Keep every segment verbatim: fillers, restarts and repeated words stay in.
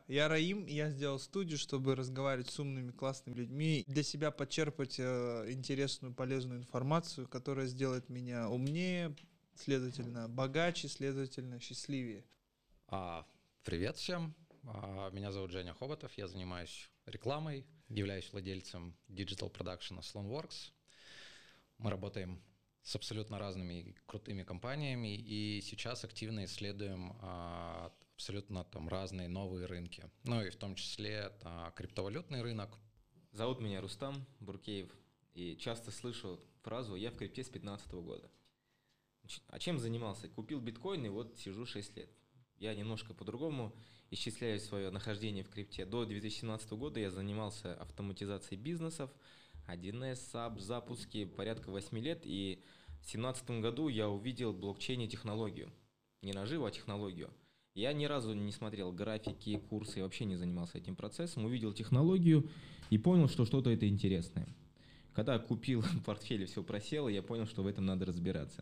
Я Раим, я сделал студию, чтобы разговаривать с умными, классными людьми, для себя подчерпать э, интересную, полезную информацию, которая сделает меня умнее, следовательно, богаче, следовательно, счастливее. А, привет всем, а, меня зовут Женя Хоботов, я занимаюсь рекламой, являюсь владельцем диджитал продакшена Sloanworks. Мы работаем с абсолютно разными крутыми компаниями и сейчас активно исследуем а, абсолютно там разные новые рынки, ну и в том числе а, криптовалютный рынок. Зовут меня Рустам Буркеев, и часто слышу фразу «я в крипте с пятнадцатого года». А чем занимался? Купил биткоин и вот сижу шесть лет. Я немножко по-другому исчисляю свое нахождение в крипте. До две тысячи семнадцатого года я занимался автоматизацией бизнесов, один эс, саб, запуски, порядка восьми лет. И в две тысячи семнадцатом году я увидел в блокчейне технологию. Не наживу, а технологию. Я ни разу не смотрел графики, курсы, вообще не занимался этим процессом. Увидел технологию и понял, что что-то это интересное. Когда купил портфель и все просело, я понял, что в этом надо разбираться.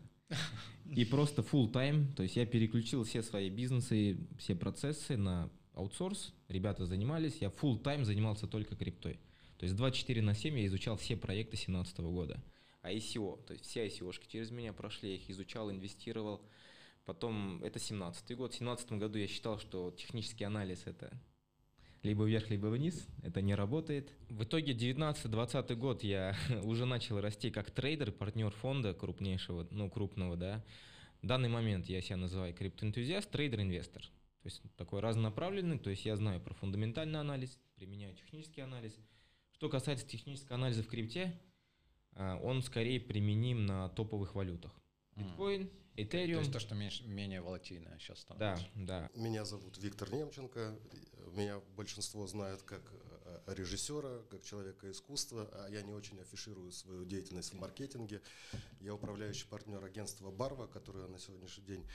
И просто full time, то есть я переключил все свои бизнесы, все процессы на аутсорс. Ребята занимались, я full time занимался только криптой. То есть двадцать четыре на семь я изучал все проекты две тысячи семнадцатого года. А ай си о, то есть все ай си о-шки через меня прошли, я их изучал, инвестировал. Потом это семнадцатый год. В семнадцатом году я считал, что технический анализ – это либо вверх, либо вниз, это не работает. В итоге девятнадцатый-двадцатый год я уже начал расти как трейдер, партнер фонда крупнейшего, ну крупного, да. В данный момент я себя называю криптоэнтузиаст, трейдер-инвестор. То есть такой разнонаправленный, то есть я знаю про фундаментальный анализ, применяю технический анализ. Что касается технического анализа в крипте, он скорее применим на топовых валютах. Биткоин, Ethereum. То есть то, что меньше, менее волатильное сейчас становится. Да, да. Меня зовут Виктор Немченко. Меня большинство знают как режиссера, как человека искусства, а я не очень афиширую свою деятельность в маркетинге. Я управляющий партнер агентства Барва, которое на сегодняшний день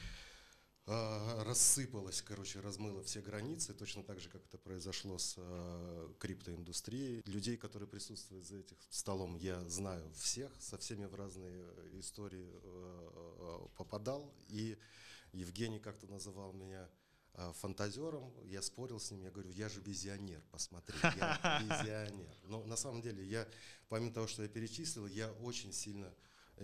э, рассыпалось, короче, размыло все границы, точно так же, как это произошло с э, криптоиндустрией. Людей, которые присутствуют за этим столом, я знаю всех, со всеми в разные истории э, попадал. И Евгений как-то называл меня э, фантазером, я спорил с ним, я говорю, я же визионер, посмотри, я визионер. Но на самом деле я, помимо того, что я перечислил, я очень сильно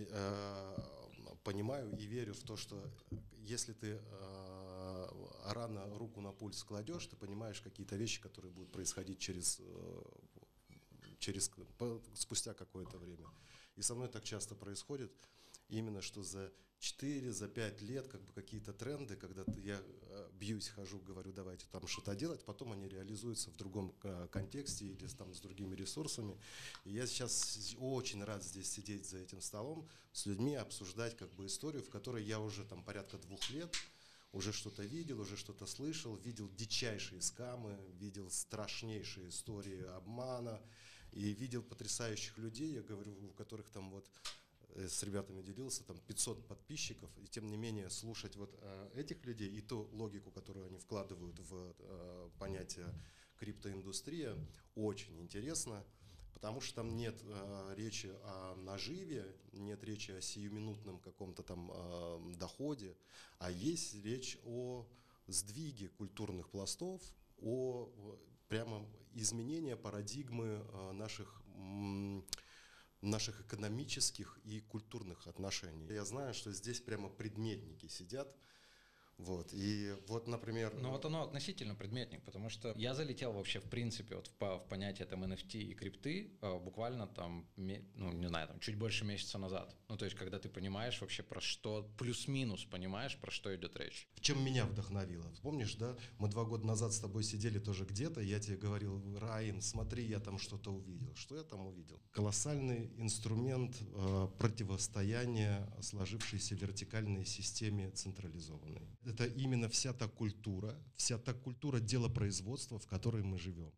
понимаю и верю в то, что если ты э, рано руку на пульс кладешь, ты понимаешь какие-то вещи, которые будут происходить через, э, через, по, спустя какое-то время. И со мной так часто происходит, именно что за четыре, за пять лет как бы какие-то тренды, когда я бьюсь, хожу, говорю, давайте там что-то делать, потом они реализуются в другом контексте или там с другими ресурсами. И я сейчас очень рад здесь сидеть за этим столом с людьми, обсуждать как бы историю, в которой я уже там порядка двух лет уже что-то видел, уже что-то слышал, видел дичайшие скамы, видел страшнейшие истории обмана и видел потрясающих людей, я говорю, у которых там вот с ребятами делился, там пятьсот подписчиков, и тем не менее слушать вот э, этих людей и ту логику, которую они вкладывают в э, понятие криптоиндустрия, очень интересно, потому что там нет э, речи о наживе, нет речи о сиюминутном каком-то там э, доходе, а есть речь о сдвиге культурных пластов, о прямо изменении парадигмы э, наших м- наших экономических и культурных отношений. Я знаю, что здесь прямо предметники сидят. Вот. И вот, например... Ну вот оно относительно предметник, потому что я залетел вообще в принципе вот в, в понятие там эн эф ти и крипты э, буквально там, ну не знаю, там чуть больше месяца назад. Ну то есть когда ты понимаешь вообще про что, плюс-минус понимаешь, про что идет речь. В чем меня вдохновило? Помнишь, да, мы два года назад с тобой сидели тоже где-то, я тебе говорил, Раин, смотри, я там что-то увидел. Что я там увидел? Колоссальный инструмент э, противостояния сложившейся вертикальной системе централизованной. Это именно вся та культура, вся та культура делопроизводства, в которой мы живем.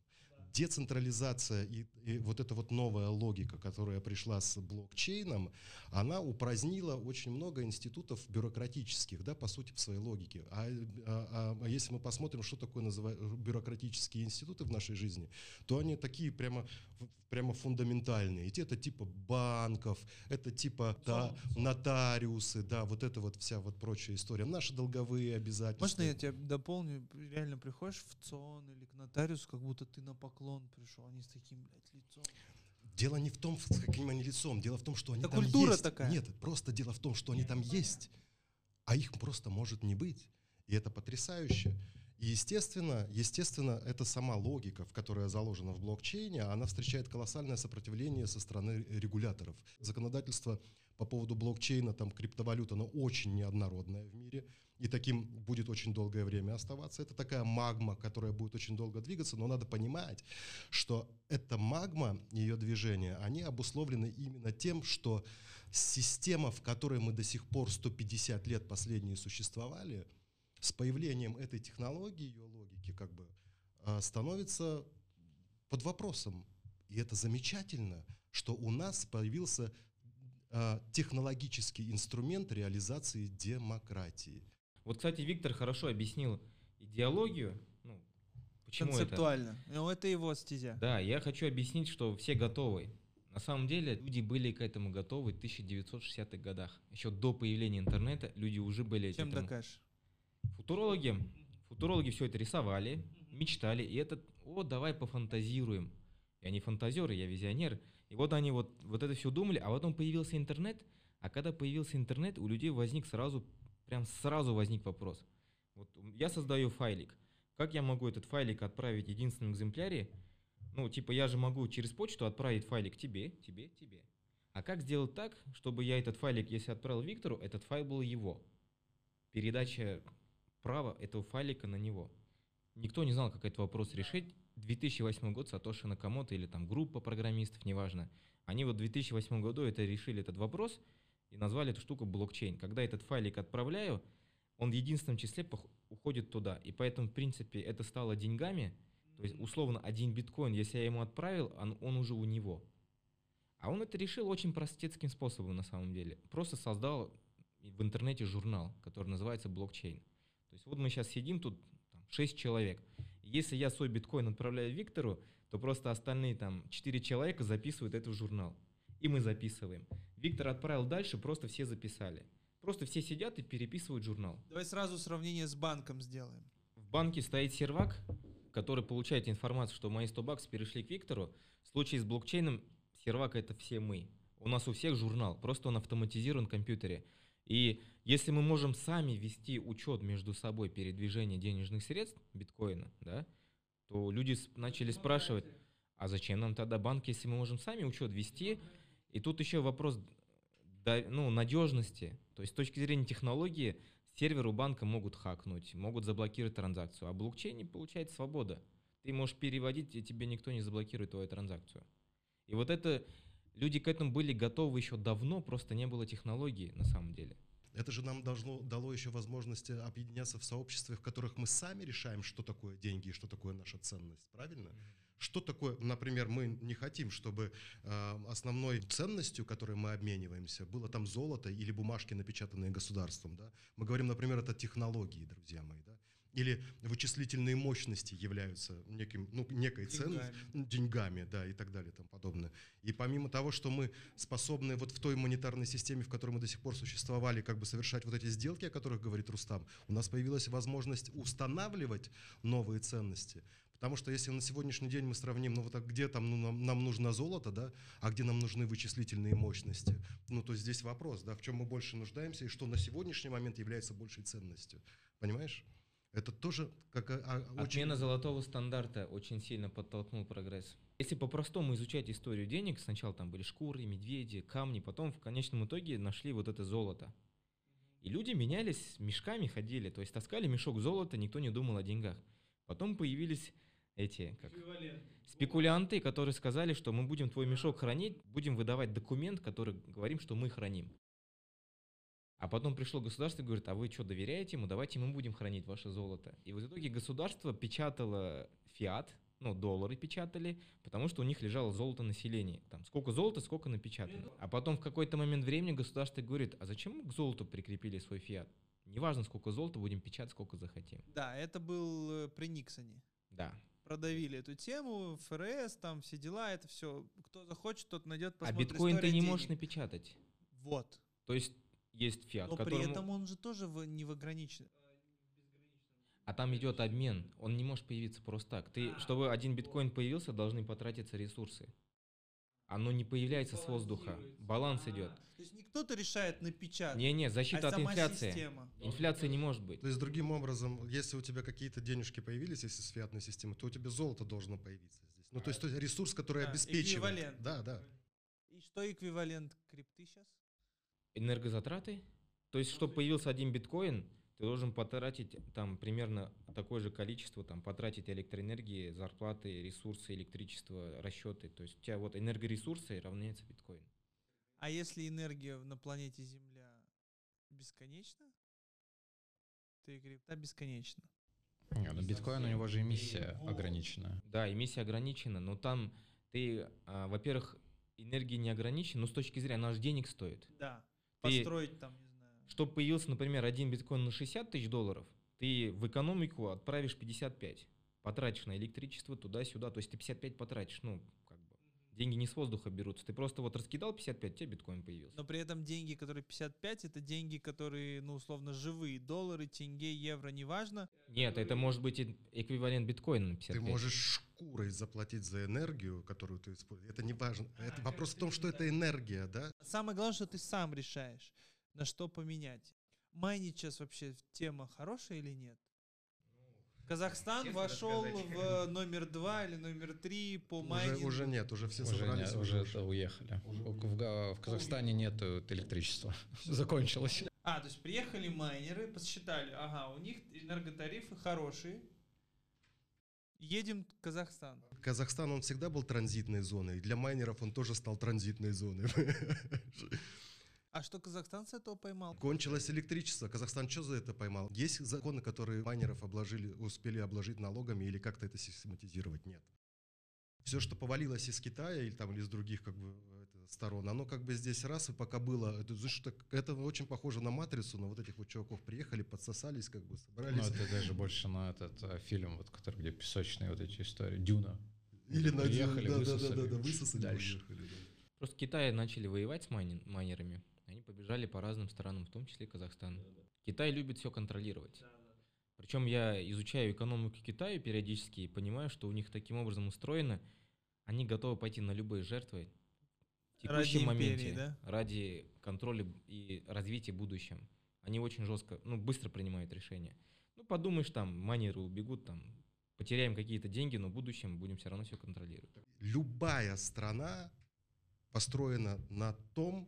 децентрализация и, и вот эта вот новая логика, которая пришла с блокчейном, она упразднила очень много институтов бюрократических, да, по сути, в своей логике. А, а, а если мы посмотрим, что такое называют бюрократические институты в нашей жизни, то они такие прямо, прямо фундаментальные. И это типа банков, это типа да, нотариусы, да, вот это вот вся вот прочая история. Наши долговые обязательства. Можно я тебя дополню? Реально приходишь в ЦОН или к нотариусу, как будто ты на поклон пришел, они с таким, блядь, лицом. Дело не в том, с каким они лицом, дело в том, что они Это там культура есть. такая. Нет, просто дело в том, что они там есть, а их просто может не быть. И это потрясающе. И естественно, естественно, это сама логика, в которая заложена в блокчейне, она встречает колоссальное сопротивление со стороны регуляторов. Законодательство по поводу блокчейна, там, криптовалют, оно очень неоднородное в мире, и таким будет очень долгое время оставаться. Это такая магма, которая будет очень долго двигаться, но надо понимать, что эта магма, ее движения, они обусловлены именно тем, что система, в которой мы до сих пор сто пятьдесят лет последние существовали, с появлением этой технологии, ее логики, как бы, становится под вопросом. И это замечательно, что у нас появился технологический инструмент реализации демократии. Вот, кстати, Виктор хорошо объяснил идеологию. Ну, почему концептуально. это? Ну, это его стезя. Да, я хочу объяснить, что все готовы. На самом деле люди были к этому готовы в тысяча девятьсот шестидесятых годах. Еще до появления интернета люди уже были... Чем этому... докажешь? Футурологи, футурологи все это рисовали, мечтали, и это, о, давай пофантазируем. Я не фантазер, я визионер. И вот они вот, вот это все думали, а потом появился интернет, а когда появился интернет, у людей возник сразу, прям сразу возник вопрос. Вот я создаю файлик. Как я могу этот файлик отправить в единственном экземпляре? Ну, типа, я же могу через почту отправить файлик тебе, тебе, тебе. А как сделать так, чтобы я этот файлик, если отправил Виктору, этот файл был его? Передача права этого файлика на него. Никто не знал, как этот вопрос решить. две тысячи восьмой год, Сатоши Накамото или там группа программистов, неважно. Они вот в две тысячи восьмом году это решили этот вопрос и назвали эту штуку блокчейн. Когда этот файлик отправляю, он в единственном числе уходит туда. И поэтому, в принципе, это стало деньгами. То есть, условно, один биткоин, если я ему отправил, он, он уже у него. А он это решил очень простецким способом на самом деле. Просто создал в интернете журнал, который называется блокчейн. То есть вот мы сейчас сидим тут, там, шесть человек. Если я свой биткоин отправляю Виктору, то просто остальные там четыре человека записывают это в журнал. И мы записываем. Виктор отправил дальше, просто все записали. Просто все сидят и переписывают журнал. Давай сразу сравнение с банком сделаем. В банке стоит сервак, который получает информацию, что мои сто баксов перешли к Виктору. В случае с блокчейном сервак — это все мы. У нас у всех журнал, просто он автоматизирован в компьютере. И если мы можем сами вести учет между собой передвижения денежных средств биткоина, да, то люди начали спрашивать, а зачем нам тогда банк, если мы можем сами учет вести? И тут еще вопрос, ну, надежности. То есть с точки зрения технологии сервер у банка могут хакнуть, могут заблокировать транзакцию. А в блокчейне получается свобода. Ты можешь переводить, и тебе никто не заблокирует твою транзакцию. И вот это... Люди к этому были готовы еще давно, просто не было технологии на самом деле. Это же нам должно, дало еще возможность объединяться в сообществе, в которых мы сами решаем, что такое деньги и что такое наша ценность, правильно? Mm-hmm. Что такое, например, мы не хотим, чтобы э, основной ценностью, которой мы обмениваемся, было там золото или бумажки, напечатанные государством. Да? Мы говорим, например, это технологии, друзья мои, да? Или вычислительные мощности являются неким, ну, некой ценностью, деньгами, да, и так далее, и тому подобное. И помимо того, что мы способны вот в той монетарной системе, в которой мы до сих пор существовали, как бы совершать вот эти сделки, о которых говорит Рустам, у нас появилась возможность устанавливать новые ценности. Потому что если на сегодняшний день мы сравним, ну вот так, где там ну, нам, нам нужно золото, да, а где нам нужны вычислительные мощности, ну то здесь вопрос, да, в чем мы больше нуждаемся и что на сегодняшний момент является большей ценностью. Понимаешь? Это тоже как а, очень... Отмена золотого стандарта очень сильно подтолкнул прогресс. Если по-простому изучать историю денег, сначала там были шкуры, медведи, камни, потом в конечном итоге нашли вот это золото. И люди менялись, мешками ходили, то есть таскали мешок золота, никто не думал о деньгах. Потом появились эти как, спекулянты, которые сказали, что мы будем твой мешок хранить, будем выдавать документ, который говорим, что мы храним. А потом пришло государство и говорит, а вы что, доверяете ему? Давайте мы будем хранить ваше золото. И в итоге государство печатало фиат, ну, доллары печатали, потому что у них лежало золото населения. Там, сколько золота, сколько напечатали. А потом в какой-то момент времени государство говорит, а зачем мы к золоту прикрепили свой фиат? Неважно, сколько золота, будем печатать, сколько захотим. Да, это был э, при Никсоне. Да. Продавили эту тему, ФРС, там все дела, это все. Кто захочет, тот найдет, А посмотрит. биткоин ты «История не денег». можешь напечатать. Вот. То есть есть фиат, Но при которому... этом он же тоже в, не в ограниченном. А там идет обмен, он не может появиться просто так. Ты, чтобы один биткоин появился, должны потратиться ресурсы. Оно не появляется с воздуха. Баланс идет. То есть не кто-то решает напечатать, Не-не, защита а от сама инфляции. система. Инфляции не может быть. То есть, другим образом, если у тебя какие-то денежки появились, если с фиатной системы, то у тебя золото должно появиться здесь. Ну, то есть, то есть ресурс, который Да, обеспечивает. эквивалент. Да, да. И что эквивалент крипты сейчас? Энергозатраты. То есть, чтобы появился один биткоин, ты должен потратить там примерно такое же количество, там потратить электроэнергии, зарплаты, ресурсы, электричество, расчеты. То есть у тебя вот энергоресурсы равняется биткоин. А если энергия на планете Земля бесконечна, то и крипта бесконечна. Не, ну биткоин, у него же эмиссия ограничена. Да, эмиссия ограничена, но там ты, а, во-первых, энергия не ограничена, но с точки зрения, она же денег стоит. Да. Ты- Построить там, не знаю. Чтобы появился, например, один биткоин на шестьдесят тысяч долларов, ты в экономику отправишь пятьдесят пять. Потратишь на электричество туда-сюда, то есть ты пятьдесят пять потратишь, ну, как бы. Деньги не с воздуха берутся. Ты просто вот раскидал пятьдесят пять, у тебя биткоин появился. Но при этом деньги, которые пятьдесят пять, это деньги, которые, ну, условно, живые. Доллары, тенге, евро, неважно. Нет, это может быть и эквивалент биткоина на пятьдесят Ты пять. можешь шкурой заплатить за энергию, которую ты используешь. Это не важно. Это вопрос в том, что это энергия, да? Самое главное, что ты сам решаешь, на что поменять. Майнить сейчас вообще тема хорошая или нет? Казахстан честно вошел сказать. в номер два или номер три по Уже, майнингу. уже нет, уже все Уже, собрались. не- и уже ушли. это уехали. Уже В, уехали. в- в Казахстане нет электричества. Закончилось. А, то есть приехали майнеры, посчитали, ага, у них энерготарифы хорошие. Едем в Казахстан. Казахстан, он всегда был транзитной зоной. И для майнеров он тоже стал транзитной зоной. А что Казахстан с этого поймал? Кончилось электричество. Казахстан что за это поймал? Есть законы, которые майнеров обложили, успели обложить налогами или как-то это систематизировать? Нет. Все, что повалилось из Китая или там или из других как бы это, сторон, оно как бы здесь раз и пока было. Это, знаешь, так- это очень похоже на матрицу, на вот этих вот чуваков приехали, подсосались, как бы Ну, собрались. это даже больше на этот э, фильм, вот, который, где песочные вот эти истории. Дюна. Или на Приехали, да, да, да, высосали. да, да, высосали, Дальше. уехали, да. Просто Китай начали воевать с майни- майнерами. Они побежали по разным странам, в том числе и Казахстан. Китай любит все контролировать. Причем я изучаю экономику Китая периодически и понимаю, что у них таким образом устроено, они готовы пойти на любые жертвы в Ради текущем империи, моменте, да? ради контроля и развития в будущем. Они очень жестко, ну, быстро принимают решения. Ну, подумаешь, там, майнеры убегут, там, потеряем какие-то деньги, но в будущем будем все равно все контролировать. Любая страна построена на том,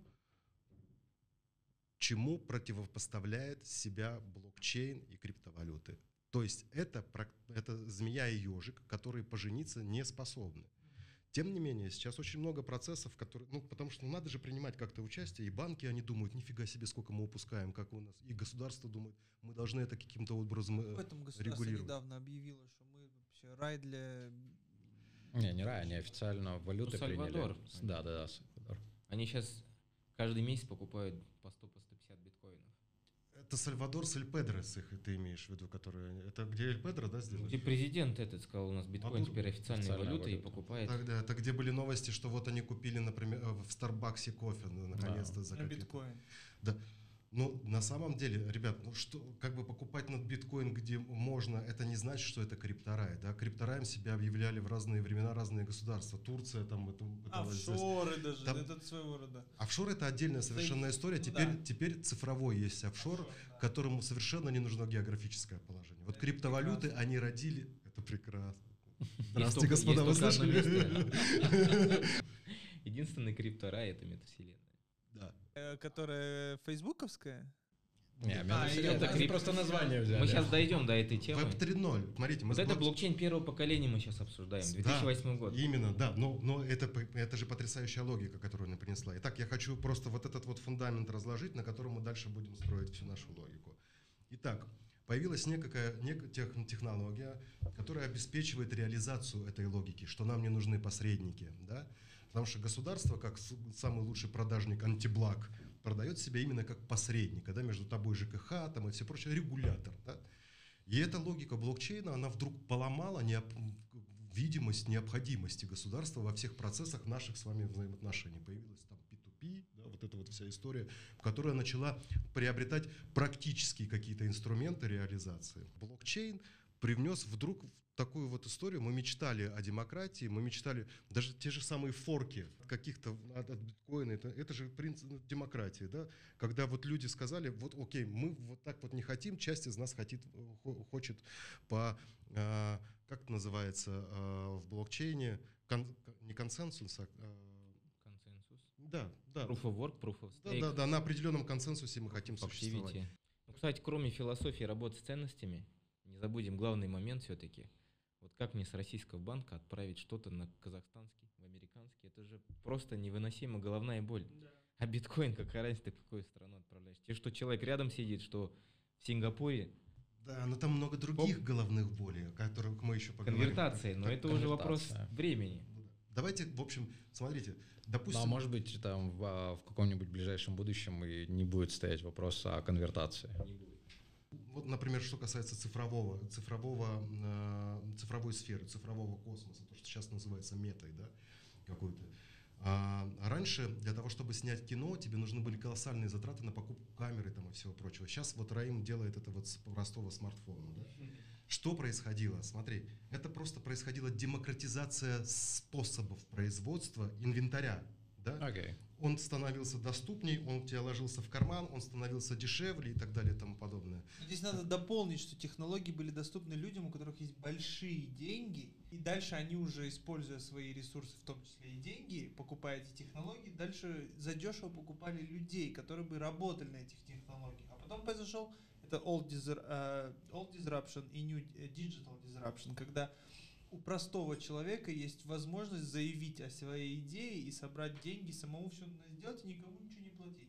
чему противопоставляет себя блокчейн и криптовалюты. То есть это, прак- это змея и ежик, которые пожениться не способны. Тем не менее, сейчас очень много процессов, которые, ну, потому что ну, надо же принимать как-то участие, и банки, они думают, нифига себе, сколько мы упускаем, как у нас, и государство думает, мы должны это каким-то образом э, В этом государство регулировать. недавно объявило, что мы вообще рай для... Не, не рай, они официально валюты Ну, Сальвадор. приняли. Да, да, да, Сальвадор. Они сейчас каждый месяц покупают по сто по сто пятьдесят биткоинов. Это Сальвадор с Эль Педрос, их ты имеешь в виду, которые... Это где Эль Педро, да, сделали? Где президент этот сказал, у нас биткоин А тут теперь официальная официальная валюта и валюта. покупает. Тогда, это где были новости, что вот они купили, например, э, в Старбаксе кофе, ну, наконец-то за на какие-то... биткоин. Да. Ну, на самом деле, ребят, ну что, как бы покупать на биткоин, где можно, это не значит, что это крипторай, да? Криптораем себя объявляли в разные времена разные государства. Турция там это пыталась здесь. Офшоры даже, Там- это своего рода. Офшор это отдельная совершенно история. Ну Теперь, да. теперь цифровой есть офшор, которому совершенно не нужно географическое положение. Вот криптовалюты, прекрасно. они родили... Это прекрасно. Есть Здравствуйте, только- господа, вы есть только одно слышали? место. Единственный крипторай — это метавселенная. Да. Э, Которая фейсбуковская? Не, А, метавселенная, это это крип- просто название взяли. Мы сейчас дойдем до этой темы. Веб три ноль. Смотрите, мы Вот с это блокч- блокчейн первого поколения мы сейчас обсуждаем, две тысячи восьмой год. Именно, да, но, но это, п- это же потрясающая логика, которую она принесла. Итак, я хочу просто вот этот вот фундамент разложить, на котором мы дальше будем строить всю нашу логику. Итак, появилась некая, некая тех- технология, которая обеспечивает реализацию этой логики, что нам не нужны посредники, да? Потому что государство, как с- самый лучший продажник антиблаг, продает себя именно как посредника, да, между тобой ЖКХ там, и все прочее, регулятор. Да? И эта логика блокчейна, она вдруг поломала необ... видимость необходимости государства во всех процессах наших с вами взаимоотношений. Появилась там пи ту пи, да, вот эта вот вся история, которая начала приобретать практические какие-то инструменты реализации. Блокчейн привнес вдруг такую вот историю. Мы мечтали о демократии, мы мечтали, даже те же самые форки каких-то от, от биткоина, это, это же принцип демократии, да? Когда вот люди сказали, вот окей, мы вот так вот не хотим, часть из нас хотит, хочет по, э, как это называется э, в блокчейне, кон, не консенсус, а... Э, Консенсус. да, да. Proof of work, proof of stake. Да, да, да, на определенном консенсусе мы хотим существовать. Activity. Ну, кстати, кроме философии работы с ценностями, не забудем главный момент все-таки. Вот как мне с российского банка отправить что-то на казахстанский, в американский? Это же просто невыносимо головная боль. Да. А биткоин, какая разница, ты в какую страну отправляешь? Те, что человек рядом сидит, что в Сингапуре. Да, но там много других Оп. головных болей, о которых мы еще поговорим. Конвертация, но это уже вопрос времени. Давайте, в общем, смотрите, допустим... Ну, а может быть, там в, в каком-нибудь ближайшем будущем и не будет стоять вопрос о конвертации. Не будет. Вот, например, что касается цифрового, цифрового, э, цифровой сферы, цифрового космоса, то, что сейчас называется метой, да, какой-то. А раньше для того, чтобы снять кино, тебе нужны были колоссальные затраты на покупку камеры там, и всего прочего. Сейчас вот Раим делает это вот с простого смартфона. Да? Что происходило? Смотри, это просто происходила демократизация способов производства инвентаря. Да? Okay. Он становился доступней, он у тебя ложился в карман, он становился дешевле и так далее и тому подобное. Здесь надо дополнить, что технологии были доступны людям, у которых есть большие деньги, и дальше они уже, используя свои ресурсы, в том числе и деньги, покупая эти технологии, дальше задешево покупали людей, которые бы работали на этих технологиях. А потом произошел это old, disr- uh, old disruption и new digital disruption, когда у простого человека есть возможность заявить о своей идее и собрать деньги, самому все сделать и никому ничего не платить.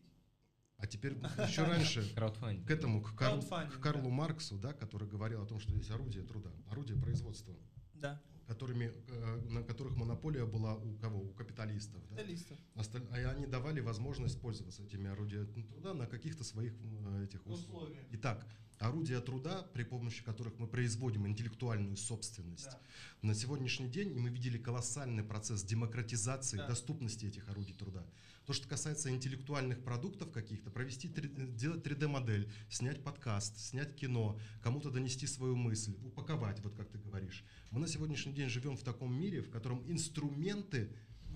А теперь еще раньше к этому, к, Карл, к Карлу да. Марксу, да, который говорил о том, что есть орудие труда, орудие производства, да. которыми, на которых монополия была у кого? У капиталистов. Капиталистов. Да? И они давали возможность пользоваться этими орудиями труда на каких-то своих этих условиях. Итак, орудия труда, при помощи которых мы производим интеллектуальную собственность. Да. На сегодняшний день мы видели колоссальный процесс демократизации, да. доступности этих орудий труда. То, что касается интеллектуальных продуктов каких-то, провести, сделать три дэ-модель, снять подкаст, снять кино, кому-то донести свою мысль, упаковать, вот как ты говоришь. Мы на сегодняшний день живем в таком мире, в котором инструменты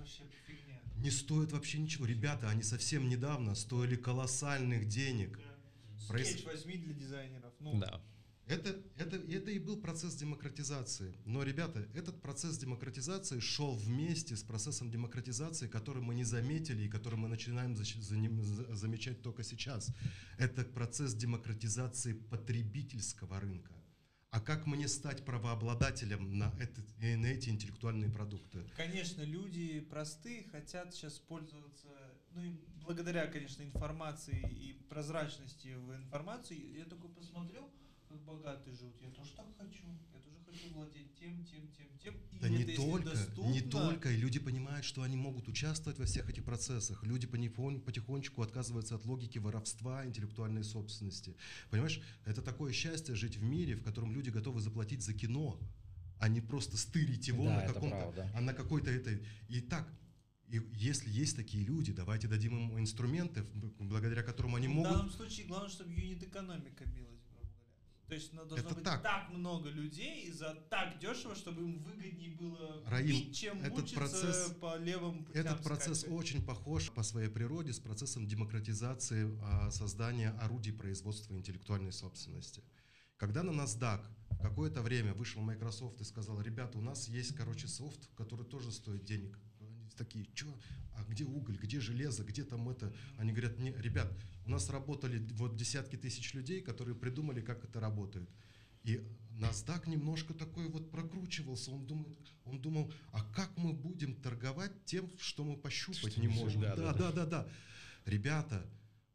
не стоят вообще ничего. Ребята, они совсем недавно стоили колоссальных денег. Скетч возьми для дизайнеров. Ну. Да. Это, это, это и был процесс демократизации. Но, ребята, этот процесс демократизации шел вместе с процессом демократизации, который мы не заметили и который мы начинаем за, за ним, за, замечать только сейчас. Это процесс демократизации потребительского рынка. А как мне стать правообладателем на, этот, на эти интеллектуальные продукты? Конечно, люди простые хотят сейчас пользоваться, ну и благодаря, конечно, информации и прозрачности в информации, я такой посмотрел, как богатые живут, я тоже так хочу, я тоже хочу владеть тем, тем, тем, тем. И да не это, только, доступно, не только, и люди понимают, что они могут участвовать во всех этих процессах. Люди потихонечку отказываются от логики воровства интеллектуальной собственности. Понимаешь, это такое счастье жить в мире, в котором люди готовы заплатить за кино, а не просто стырить его да, на каком-то, а на какой-то этой. И так. И если есть такие люди, давайте дадим им инструменты, благодаря которым они в могут... В данном случае главное, чтобы юнит-экономика билась, грубо говоря. То есть должно это быть так. так много людей и за так дешево, чтобы им выгоднее было Раим, пить, чем этот мучиться процесс, по левым путям. Этот процесс скакать. очень похож по своей природе с процессом демократизации а, создания орудий производства интеллектуальной собственности. Когда на NASDAQ какое-то время вышел Microsoft и сказал, ребята, у нас есть, короче, софт, который тоже стоит денег. Такие, что, а где уголь, где железо, где там это? Они говорят, не, ребят, у нас работали вот десятки тысяч людей, которые придумали, как это работает. И NASDAQ немножко такой вот прокручивался, он думал, он думал, а как мы будем торговать тем, что мы пощупать что не можем? Да, да, да, да, да. Ребята,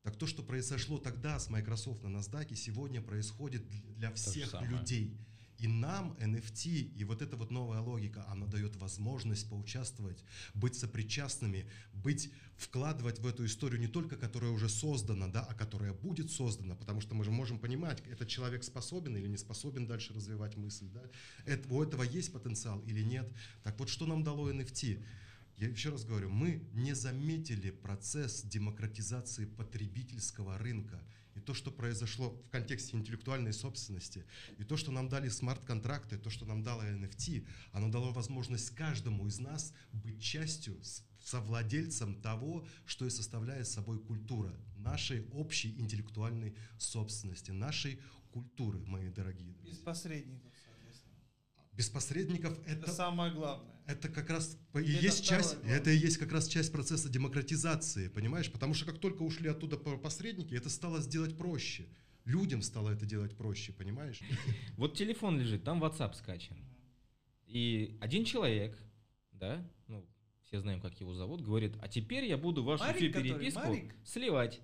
Так то, что произошло тогда с Microsoft на NASDAQ, сегодня происходит для всех людей. И нам эн эф ти и вот эта вот новая логика, она дает возможность поучаствовать, быть сопричастными, быть, вкладывать в эту историю не только, которая уже создана, да, а которая будет создана, потому что мы же можем понимать, этот человек способен или не способен дальше развивать мысль, да? Это, у этого есть потенциал или нет. Так вот, что нам дало эн эф ти? Я еще раз говорю, мы не заметили процесс демократизации потребительского рынка. И то, что произошло в контексте интеллектуальной собственности, и то, что нам дали смарт-контракты, то, что нам дало эн эф ти, оно дало возможность каждому из нас быть частью, совладельцем того, что и составляет собой культура, нашей общей интеллектуальной собственности, нашей культуры, мои дорогие друзья. Без посредников, соответственно. Без посредников это, это самое главное. Это как раз и есть часть, это и есть как раз часть процесса демократизации, понимаешь? Потому что как только ушли оттуда посредники, это стало сделать проще. Людям стало это делать проще, понимаешь? Вот телефон лежит, там WhatsApp скачан. И один человек, да, ну, все знаем, как его зовут, говорит, а теперь я буду вашу Марик, всю который, переписку Марик? сливать.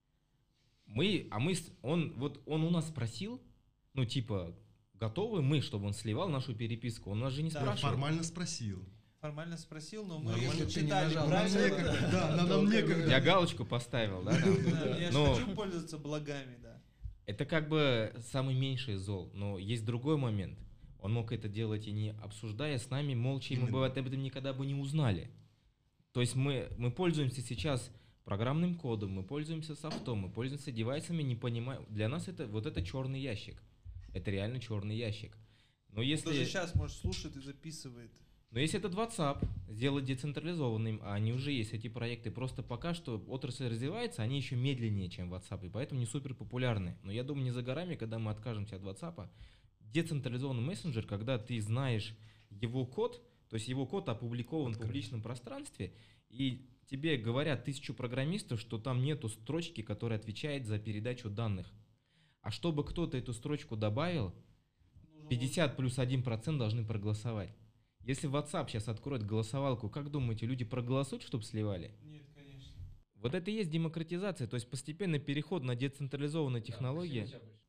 Мы, а мы, он, вот он у нас спросил, ну, типа, готовы мы, чтобы он сливал нашу переписку? Он нас же не Да, спрашивал. Формально спросил. Формально спросил, но мы Нормально читали нам правила. некогда, да, нам, нам некогда. Я галочку поставил, да? там. Да, я же Но хочу пользоваться благами, да. это как бы самый меньший зол. Но есть другой момент. Он мог это делать и не обсуждая с нами, молча, и мы бы об этом никогда бы не узнали. То есть мы, мы пользуемся сейчас программным кодом, мы пользуемся софтом, мы пользуемся девайсами, не понимаем. Для нас это вот это черный ящик. Это реально черный ящик. Но если... Даже сейчас, может, слушает и записывает. Но если этот WhatsApp сделать децентрализованным, а они уже есть, эти проекты, просто пока что отрасль развивается, они еще медленнее, чем WhatsApp, и поэтому не супер популярны. Но я думаю, не за горами, когда мы откажемся от WhatsApp, децентрализованный мессенджер, когда ты знаешь его код, то есть его код опубликован в публичном пространстве, и тебе говорят тысячу программистов, что там нету строчки, которая отвечает за передачу данных. А чтобы кто-то эту строчку добавил, пятьдесят плюс один процент должны проголосовать. Если WhatsApp сейчас откроет голосовалку, как думаете, люди проголосуют, чтобы сливали? Нет, конечно. Вот это и есть демократизация, то есть постепенный переход на децентрализованные технологии.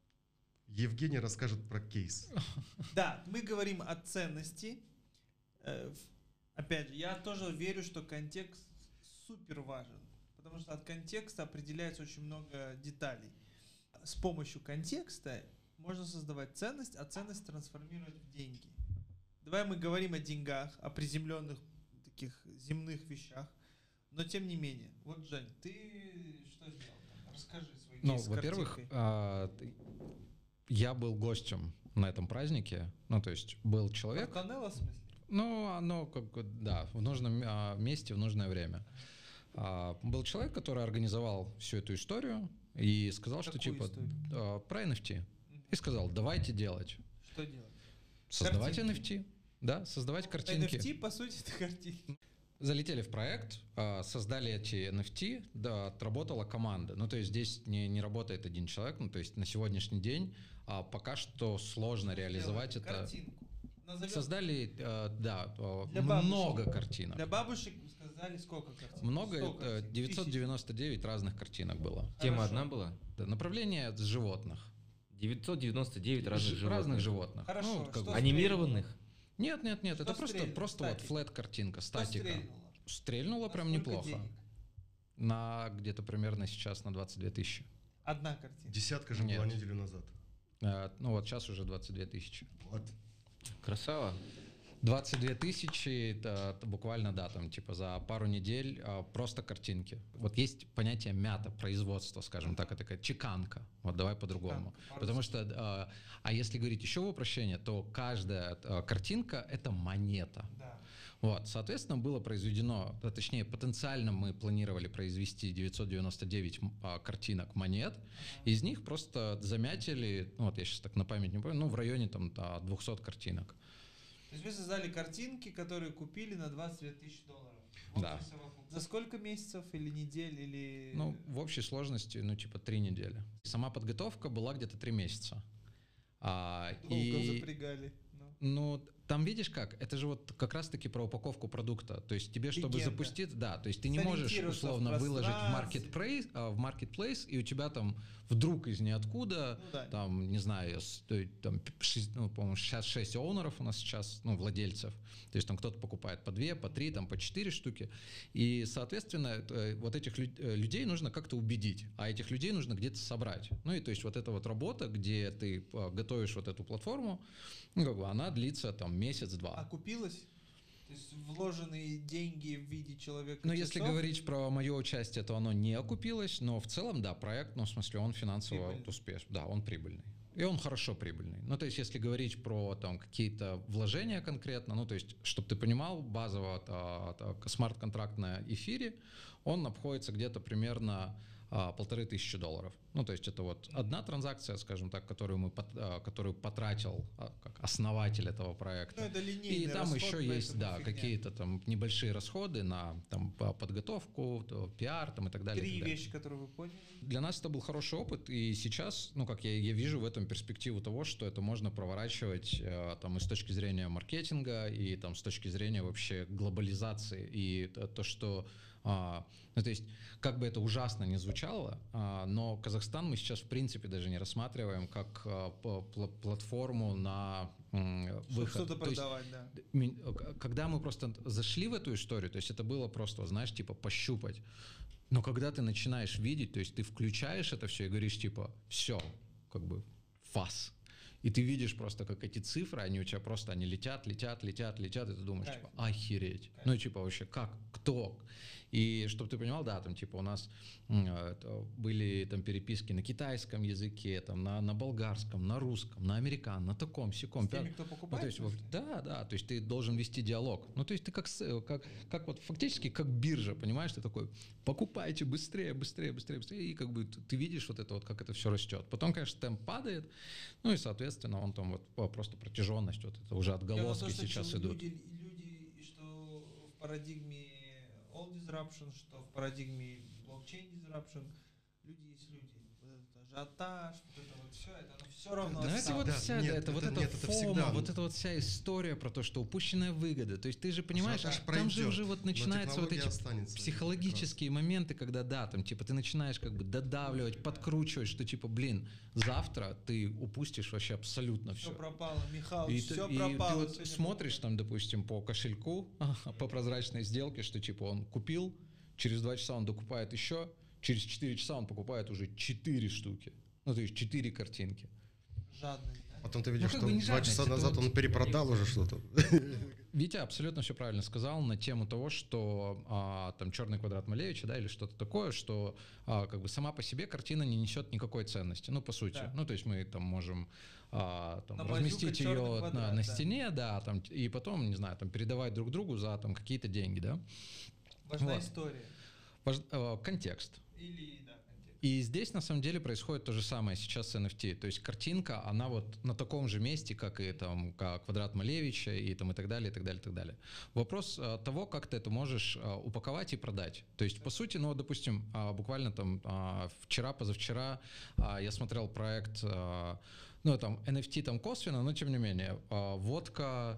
Евгений расскажет про кейс. Да, мы говорим о ценности. Э, в- Опять же, я тоже верю, что контекст супер важен, потому что от контекста определяется очень много деталей. С помощью контекста можно создавать ценность, а ценность трансформировать в деньги. Давай мы говорим о деньгах, о приземленных таких земных вещах, но тем не менее. Вот, Жень, ты что сделал там? Расскажи свой Ну, кейс с во-первых, картинкой. а, т- я был гостем на этом празднике. Ну, то есть был человек. Фортанелло, в смысле? Ну, оно как бы, да, в нужном а, месте, в нужное время. А, был человек, который организовал всю эту историю и сказал, что Какую типа историю? а, про эн эф ти. И сказал, давайте делать. Что делать? Создавать Картинки. эн эф ти. Да, создавать картинки. эн эф ти, по сути, это картинки. Залетели в проект, а, создали эти эн эф ти, да, отработала команда. Ну, то есть здесь не, не работает один человек, ну, то есть на сегодняшний день а, пока что сложно реализовать Сделали это. Картинку. Назовем- Создали, а, да, а, Для много бабушек. картинок. Для бабушек сказали, сколько картинок? Много, сто это картинок, девятьсот девяносто девять разных картинок было. Тема Хорошо. одна была? Да, направление с животных. девятьсот девяносто девять разных Ж- животных. разных животных. Хорошо, Ну, вот как что бы- Анимированных? Нет, нет, нет, Что это просто, стрельнуло? просто вот Статик. флэт-картинка, Что статика. стрельнуло? Стрельнуло На прям сколько неплохо. денег? На где-то примерно сейчас на двадцать две тысячи. Одна картинка. Десятка же Нет. была неделю назад. Э, Ну вот сейчас уже двадцать две тысячи. Вот. Красава. двадцать две тысячи, это буквально, да, там, типа за пару недель а, просто картинки. Вот есть понятие мята, производство, скажем так, это такая чеканка. Вот давай по-другому. Чеканка, Потому что, а, а если говорить еще в упрощение, то каждая а, картинка — это монета. Да. Вот, соответственно, было произведено, а, точнее, потенциально мы планировали произвести девятьсот девяносто девять м, а, картинок монет. Из них просто замятили, ну, вот я сейчас так на память не помню, ну, в районе там а, двухсот картинок. То есть вы создали картинки, которые купили на двадцать две тысячи долларов. Вот Да. и совокупно. За сколько месяцев или недель или... Ну, в общей сложности, ну, типа, три недели. Сама подготовка была где-то три месяца. А, Волков и, запрягали. Ну. ну, там видишь как, это же вот как раз-таки про упаковку продукта. То есть тебе, чтобы Легенда. запустить, да, то есть ты не можешь условно в выложить в пространстве. marketplace, а, в marketplace, и у тебя там вдруг из ниоткуда, Ну да. там, не знаю, с- то есть там, шесть- ну, по-моему, сейчас шесть оунеров у нас сейчас, ну, владельцев. То есть там кто-то покупает по две, по три, там, по четыре штуки. И, соответственно, это, вот этих лю- э, людей нужно как-то убедить, а этих людей нужно где-то собрать. Ну и то есть вот эта вот работа, где ты а, готовишь вот эту платформу, ну, как бы она длится там месяц-два. Окупилось? То есть вложенные деньги в виде человека. Но если часов? говорить про мое участие, то оно не окупилось, но в целом, да, проект, ну, в смысле, он финансово Прибыльный. успешный. Да, он прибыльный. И он хорошо прибыльный. Ну, то есть, если говорить про там какие-то вложения конкретно, ну, то есть, чтобы ты понимал, базово а, а, смарт-контракт на эфире, он обходится где-то примерно а, полторы тысячи долларов. Ну, то есть, это вот одна транзакция, скажем так, которую, мы, пот- а, которую потратил а, как основатель этого проекта. Ну, это линейный И там расход, еще есть, поэтому да, фигня. какие-то там небольшие расходы на там, по- подготовку, то пиар там, и так далее. и Три так далее. вещи, которые вы поняли. Для нас это был хороший опыт, и сейчас, ну, как я, я вижу в этом перспективу того, что это можно проворачивать э, там и с точки зрения маркетинга, и там с точки зрения вообще глобализации, и то, то, что, а, ну, то есть, как бы это ужасно не звучало, а, но Казахстан мы сейчас в принципе даже не рассматриваем как а, п- пл- платформу на м, Чтобы выход. что-то То есть, продавать, да. ми- когда мы просто зашли в эту историю, то есть это было просто, знаешь, типа пощупать. Но когда ты начинаешь видеть, то есть ты включаешь это все и говоришь типа, все, как бы фас. И ты видишь просто, как эти цифры, они у тебя просто, они летят, летят, летят, летят, и ты думаешь, Кайф. типа, охереть. Кайф. Ну, типа, вообще, как, кто? И чтобы ты понимал, да, там, типа, у нас м, э, это были там переписки на китайском языке, там, на, на болгарском, на русском, на американ, на таком, сяком. С теми, пя- кто ну, покупает? то есть, в вот, смысле? да, да, то есть ты должен вести диалог. Ну, то есть ты как, с- как, как вот фактически как биржа, понимаешь, ты такой, покупайте быстрее, быстрее, быстрее, быстрее, и как бы т- ты видишь вот это вот, как это все растет. Потом, конечно, темп падает, ну и, соответственно, он там вот по- просто протяженность, вот это уже Я вот отголоски то, что сейчас чел- идут. Люди, люди, и что в парадигме all disruption, что в парадигме блокчейн disruption, люди есть люди. Вот этот ажиотаж, вот это вот все, это оно все равно Ну, это осталось. вот вся, Нет, это, вот это- это нет, это фома, всегда. вот эта вот вся история про то, что упущенная выгода. То есть ты же понимаешь, Ажиотаж там же пройдет, уже вот но начинаются вот технология эти останется. психологические моменты, когда да, там типа ты начинаешь как бы додавливать, подкручивать, что типа, блин, завтра ты упустишь вообще абсолютно Все все. пропало, Михаил, И, все ты, и пропало. ты вот сегодня смотришь там, допустим, по кошельку, по прозрачной сделке, что типа он купил, через два часа он докупает еще, через четыре часа он покупает уже четыре штуки. Ну, то есть четыре картинки. жадный. да? Потом ты видишь, как что бы не два жадность, часа это назад вот- он перепродал уже что-то. Витя абсолютно все правильно сказал на тему того, что а, там черный квадрат Малевича, да, или что-то такое, что а, как бы сама по себе картина не несет никакой ценности, ну по сути, Да. ну то есть мы там можем а, там, Намазюкать разместить черный ее квадрат, на, на да. стене, да, там и потом, не знаю, там передавать друг другу за там какие-то деньги, да. Важна Вот. история. Важ- а, контекст. Или, да, контекст. И здесь на самом деле происходит то же самое сейчас с эн эф ти. То есть картинка, она вот на таком же месте, как и там как квадрат Малевича и там и так далее, и так далее, и так далее. Вопрос а, того, как ты это можешь а, упаковать и продать. То есть по сути, ну вот, допустим, а, буквально там а, вчера, позавчера а, я смотрел проект, а, ну там эн эф ти там косвенно, но тем не менее а, водка,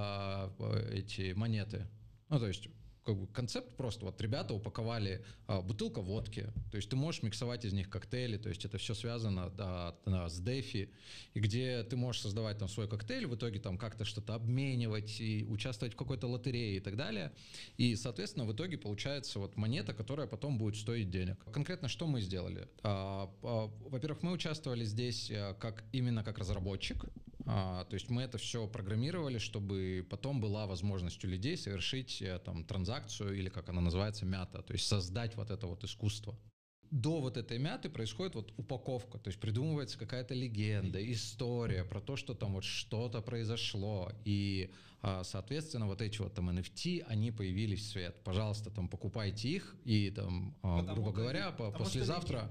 а, эти монеты. Ну то есть как бы концепт просто, вот ребята упаковали а, бутылка водки, то есть ты можешь миксовать из них коктейли, то есть это все связано да, да, с дефи, и где ты можешь создавать там свой коктейль, в итоге там как-то что-то обменивать и участвовать в какой-то лотерее и так далее, и, соответственно, в итоге получается вот монета, которая потом будет стоить денег. Конкретно что мы сделали? А, а, во-первых, мы участвовали здесь а, как, именно как разработчик, а, то есть мы это все программировали, чтобы потом была возможность у людей совершить а, там транзакцию, или как она называется, мята, то есть создать вот это вот искусство. До вот этой мяты происходит вот упаковка, то есть придумывается какая-то легенда, история про то, что там вот что-то произошло, и, а, соответственно, вот эти вот там эн эф ти, они появились в свет. Пожалуйста, там покупайте их, и там, а, Потому грубо что- говоря, по- потому что послезавтра, легенда, да.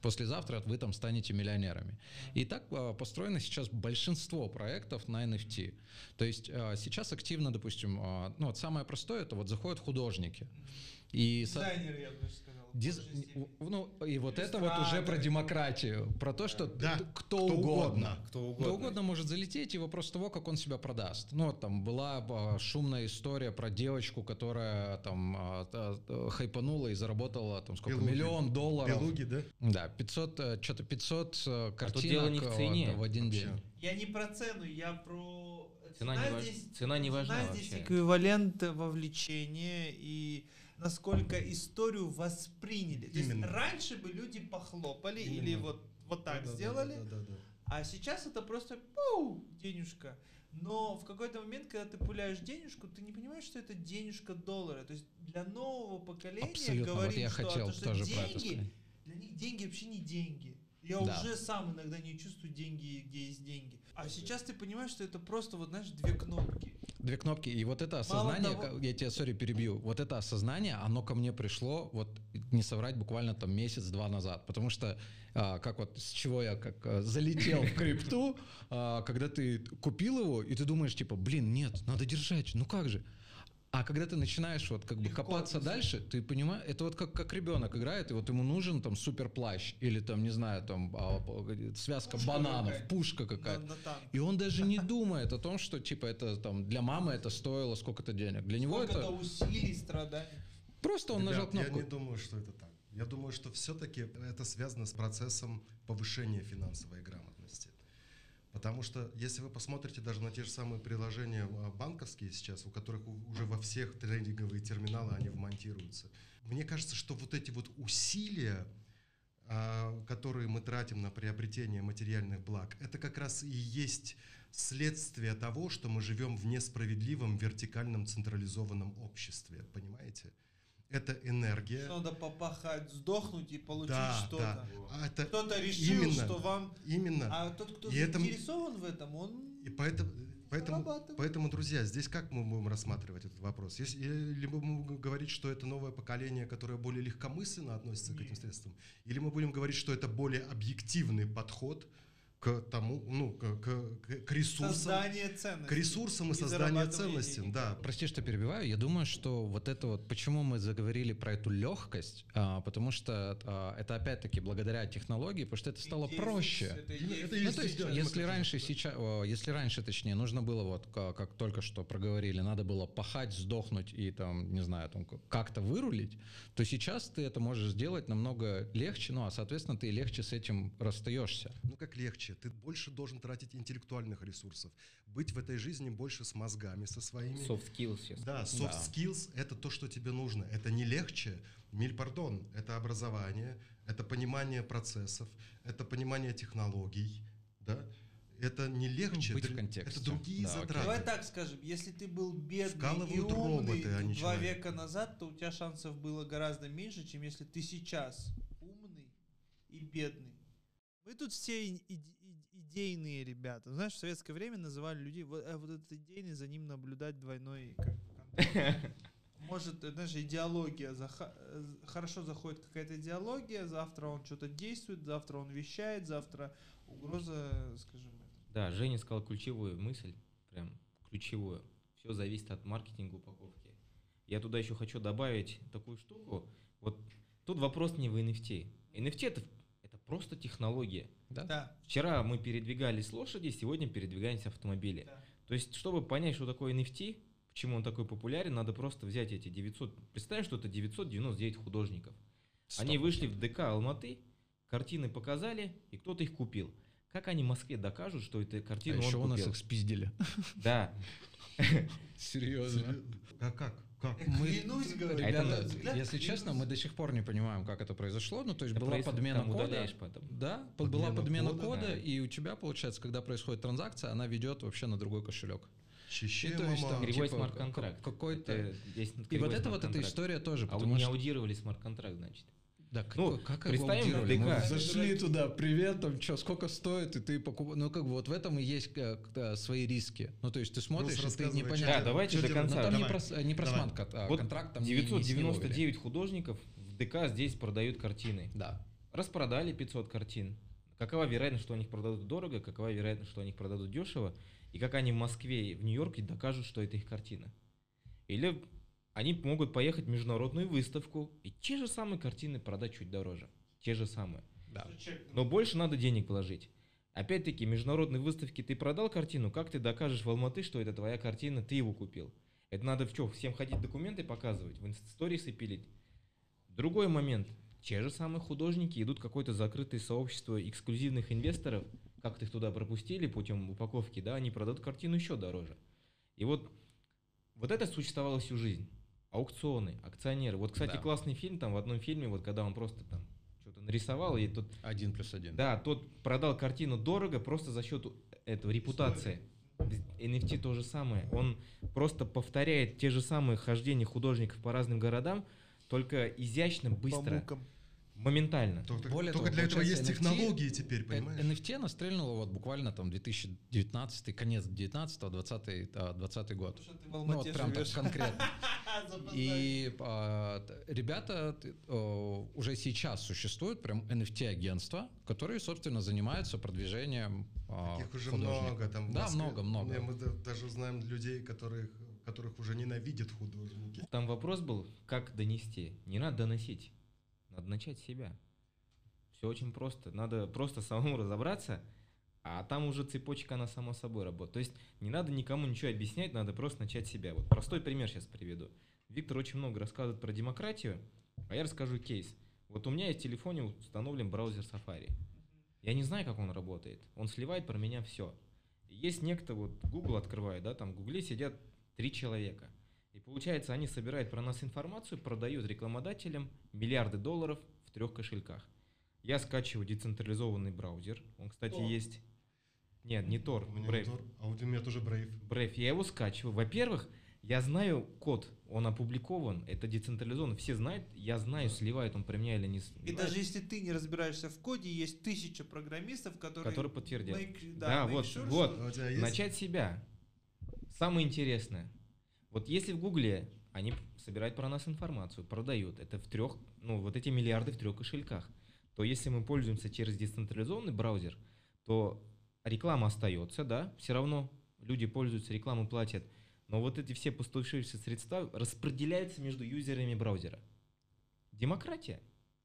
послезавтра вы там станете миллионерами. И так а, построено сейчас большинство проектов на эн эф ти. То есть а, сейчас активно, допустим, а, ну вот самое простое, это вот заходят художники. И Дизайнеры, я бы даже сказал. Диз... Ну, и вот это вот уже про демократию, про то, что Да, кто, кто угодно, угодно, кто угодно. кто угодно может залететь, и вопрос того, как он себя продаст. Ну, вот там была а, шумная история про девочку, которая там а, а, хайпанула и заработала там сколько, Белуги. миллион долларов. Белуги, да? Да, пятьсот, э, что-то пятьсот э, картинок дело не в э, цене в один вообще. день. Я не про цену, я про... Цена не важ- цена не важна Цена здесь вообще. эквивалент вовлечения и насколько историю восприняли. То есть Именно. раньше бы люди похлопали Именно. или вот, вот так Да, да, сделали, да, да, да, да. а сейчас это просто пау, денежка. Но в какой-то момент, когда ты пуляешь денежку, ты не понимаешь, что это денежка доллара. То есть для нового поколения Абсолютно, вот говорим, я что, хотел то, что тоже деньги, про это сказать. для них деньги вообще не деньги. Я Да. уже сам иногда не чувствую деньги, где есть деньги. А сейчас ты понимаешь, что это просто, вот знаешь, две кнопки. Две кнопки, и вот это Мало осознание, того- ка- я тебя, сори, перебью, вот это осознание, оно ко мне пришло, вот не соврать, буквально там месяц-два назад, потому что, а, как вот, с чего я как а, залетел в крипту, а, когда ты купил его, и ты думаешь, типа, блин, нет, надо держать, ну как же? А когда ты начинаешь вот как бы Легко копаться отнести. дальше, ты понимаешь, это вот как, как ребенок играет, и вот ему нужен там супер плащ, или там, не знаю, там а, а, связка Пушка бананов, какая-то. пушка На, какая-то. на танк. И он даже не думает о том, что типа это там для мамы это стоило сколько-то денег. Для него Сколько-то это усилий, страданий. просто он нажал Ребят, кнопку. Я не думаю, что это так. Я думаю, что все-таки это связано с процессом повышения финансовой грамотности. Потому что, если вы посмотрите даже на те же самые приложения а, банковские сейчас, у которых у- уже во всех трейдинговые терминалы они вмонтируются, мне кажется, что вот эти вот усилия, а, которые мы тратим на приобретение материальных благ, это как раз и есть следствие того, что мы живем в несправедливом вертикальном централизованном обществе, понимаете? Это энергия. Что надо попахать, сдохнуть и получить Да, что-то. да. А это Кто-то решил, именно, что вам... именно. А тот, кто И это- заинтересован в этом, он... И поэтому, поэтому, зарабатывает. поэтому, друзья, здесь как мы будем рассматривать этот вопрос? Если, или мы будем говорить, что это новое поколение, которое более легкомысленно относится к этим Нет. средствам, или мы будем говорить, что это более объективный подход к тому, ну, к, к- к ресурсам, Создание ценностей. к ресурсам и создание зарабатывание ценностей, денег. да. Прости, что перебиваю. Я думаю, что вот это вот, почему мы заговорили про эту легкость, а, потому что а, это опять-таки благодаря технологии, потому что это стало Идея проще. фикс, это Именно, идея это фикс. Ну, то есть, Да, если демократия. раньше, сейчас, о, если раньше, точнее, нужно было, вот ка- как, только что проговорили, надо было пахать, сдохнуть и там, не знаю, там к- как-то вырулить, то сейчас ты это можешь сделать намного легче, ну, а, соответственно, ты легче с этим расстаешься. Ну как легче? Ты больше должен тратить интеллектуальных ресурсов, быть в этой жизни больше с мозгами, со своими. Soft skills сейчас. Да, soft Да. skills — это то, что тебе нужно. Это не легче, миль пардон, это образование, это понимание процессов, это понимание технологий, да. Это не легче, Быть в это, контексте. это другие Да, окей. затраты. Давай так скажем, если ты был бедный и Вкалывают умный роботы, а не два человек. века назад, то у тебя шансов было гораздо меньше, чем если ты сейчас умный и бедный. Мы тут все и- и- и- идейные ребята. Знаешь, в советское время называли людей, вот, э, вот этот идейный, за ним наблюдать двойной как, контроль. Может, э, знаешь, идеология, заха- э, хорошо заходит какая-то идеология, завтра он что-то действует, завтра он вещает, завтра угроза, скажем, это. Да, Женя сказал ключевую мысль, прям ключевую. Все зависит от маркетинга упаковки. Я туда еще хочу добавить такую штуку. Вот тут вопрос не в эн эф ти. эн эф ти это, это просто технология. Да? Да. Вчера мы передвигались лошади, сегодня передвигаемся автомобили. Да. То есть, чтобы понять, что такое эн эф ти, почему он такой популярен, надо просто взять эти девятьсот... Представь, что это девятьсот девяносто девять художников. Они Стоп. вышли в ДК Алматы, картины показали, и кто-то их купил. Как они Москве докажут, что это А картина еще он у нас купил? их спиздили. Да. Серьезно. А как? Как? Я Мы- клянусь, говорю, Ребята, это- взгляд, если честно, клянусь. мы до сих пор не понимаем, как это произошло. Ну, то есть Да была происходит, подмена там кода. удаляешь потом. Да, Подмена была подмена кода. кода, Да. и у тебя, получается, когда происходит транзакция, она ведет вообще на другой кошелек. Щище, И то есть мама. там Кривой типа, смарт-контракт. ка- какой-то... Это есть И кривой вот это вот эта смарт-контракт. история тоже, А потому вы не что... аудировали смарт-контракт, значит. Да, как, Ну, как представим, аудировали? Мы ДК. зашли туда, привет, там что, сколько стоит, и ты покупаешь. Ну, как бы вот в этом и есть э, да, свои риски. Ну, то есть ты смотришь, и ты рассказывай, непонятно. Да, давайте Что до делать? конца. Но там не Давай. про, не про Давай. смарт-контракт, Вот контракт там не- не девятьсот девяносто слиловили. девять художников в ДК здесь продают картины. Да. распродали пятьсот картин. Какова вероятность, что они их продадут дорого, какова вероятность, что они их продадут дешево, и как они в Москве и в Нью-Йорке докажут, что это их картина. Или они могут поехать в международную выставку и те же самые картины продать чуть дороже. Те же самые. Да. Но больше надо денег вложить. Опять-таки, международные выставки ты продал картину, как ты докажешь в Алматы, что это твоя картина, ты его купил? Это надо в чё, всем ходить документы показывать, в инстасторисы пилить. Другой момент. Те же самые художники идут в какое-то закрытое сообщество эксклюзивных инвесторов, как-то их туда пропустили путем упаковки, да, они продадут картину еще дороже. И вот, вот это существовало всю жизнь. Аукционы, акционеры. Вот, кстати, Да. классный фильм, там в одном фильме, вот когда он просто там что-то нарисовал, и тот, Один плюс один. да, тот продал картину дорого просто за счет этого репутации. эн эф ти то же самое. Он просто повторяет те же самые хождения художников по разным городам, только изящно, По быстро, мукам. моментально. Только, Более только того, для этого есть получается, эн эф ти технологии теперь, понимаешь? эн эф ти она стрельнула вот буквально там две тысячи девятнадцатый, конец девятнадцатого, двадцатый, а, двадцатый год. Потому что ты в Ну вот Алмате прям так живешь. конкретно. Запоздали. И а, т- ребята т- о, уже сейчас существуют прям эн эф ти-агентства, которые, собственно, занимаются продвижением а, Таких уже художников. много. Там в Да, Москве. много, много. Не, мы да- даже знаем людей, которых, которых уже ненавидят художники. Там вопрос был, как донести. Не надо доносить, надо начать с себя. Все очень просто. Надо просто самому разобраться, а там уже цепочка, она сама собой работает. То есть не надо никому ничего объяснять, надо просто начать с себя. Вот простой пример сейчас приведу. Виктор очень много рассказывает про демократию, а я расскажу кейс. Вот у меня есть в телефоне установлен браузер Safari. Я не знаю, как он работает. Он сливает про меня все. Есть некто, вот Google открывает, да, там в Гугле сидят три человека. И получается, они собирают про нас информацию, продают рекламодателям миллиарды долларов в трех кошельках. Я скачиваю децентрализованный браузер. Он, кстати, Tor. есть... Нет, не Tor, У меня Brave. мотор, а вот у меня тоже Brave. Brave. Я его скачиваю. Во-первых, я знаю код, он опубликован, это децентрализованно. Все знают, я знаю, сливает он про меня или не И сливает. даже если ты не разбираешься в коде, есть тысяча программистов, которые... Которые подтвердят. make- Да, make вот, sure, вот. что- А у тебя есть? Начать с себя. Самое интересное. Вот если в Гугле они собирают про нас информацию, продают, это в трех, ну вот эти миллиарды в трех кошельках, то если мы пользуемся через децентрализованный браузер, то реклама остается, да, все равно люди пользуются, рекламу платят, но вот эти все пустовавшиеся средства распределяются между юзерами браузера. Демократия.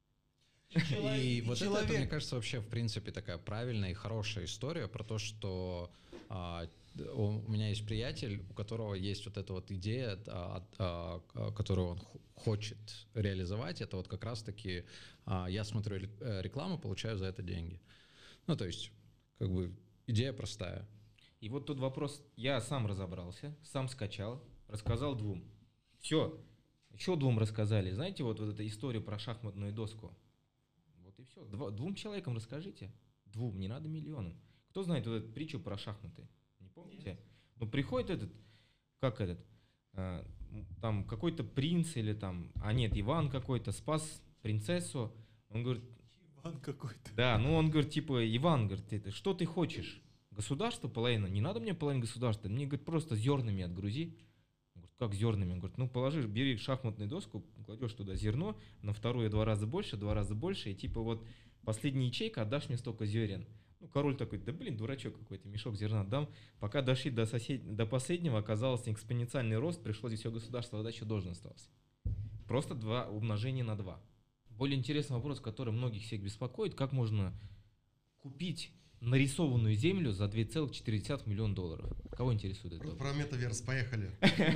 человек- И и вот это, человек. это, мне кажется, вообще, в принципе, такая правильная и хорошая история про то, что а, у меня есть приятель, у которого есть вот эта вот идея, а, а, а, которую он х- хочет реализовать. Это вот как раз-таки а, я смотрю рек- э, рекламу, получаю за это деньги. Ну, то есть, как бы, идея простая. И вот тут вопрос, я сам разобрался, сам скачал, рассказал двум. Все, еще двум рассказали. Знаете, вот, вот эту историю про шахматную доску. Вот и все. Два, двум человекам расскажите. Двум, не надо миллионам. Кто знает вот эту притчу про шахматы? Не помните? Ну, приходит этот, как этот, а, м, там какой-то принц или там, а нет, Иван какой-то, спас принцессу. Он говорит, Иван какой-то. да, ну он говорит, типа, Иван, говорит, ты, что ты хочешь? Государство половина? Не надо мне половину государства, мне, говорит, просто зернами отгрузи. Он говорит, как зернами? Он говорит, ну положи, бери шахматную доску, кладешь туда зерно, на вторую два раза больше, два раза больше, и типа вот последняя ячейка, отдашь мне столько зерен. Ну, король такой, да блин, дурачок какой-то, мешок зерна дам. Пока дошли до, сосед... до последнего, оказался экспоненциальный рост, пришлось все государство отдать, еще должен остался. Просто два умножения на два. Более интересный вопрос, который многих всех беспокоит, как можно купить нарисованную землю за два целых четыре десятых миллиона долларов. Кого интересует это? Про, про метаверс, поехали.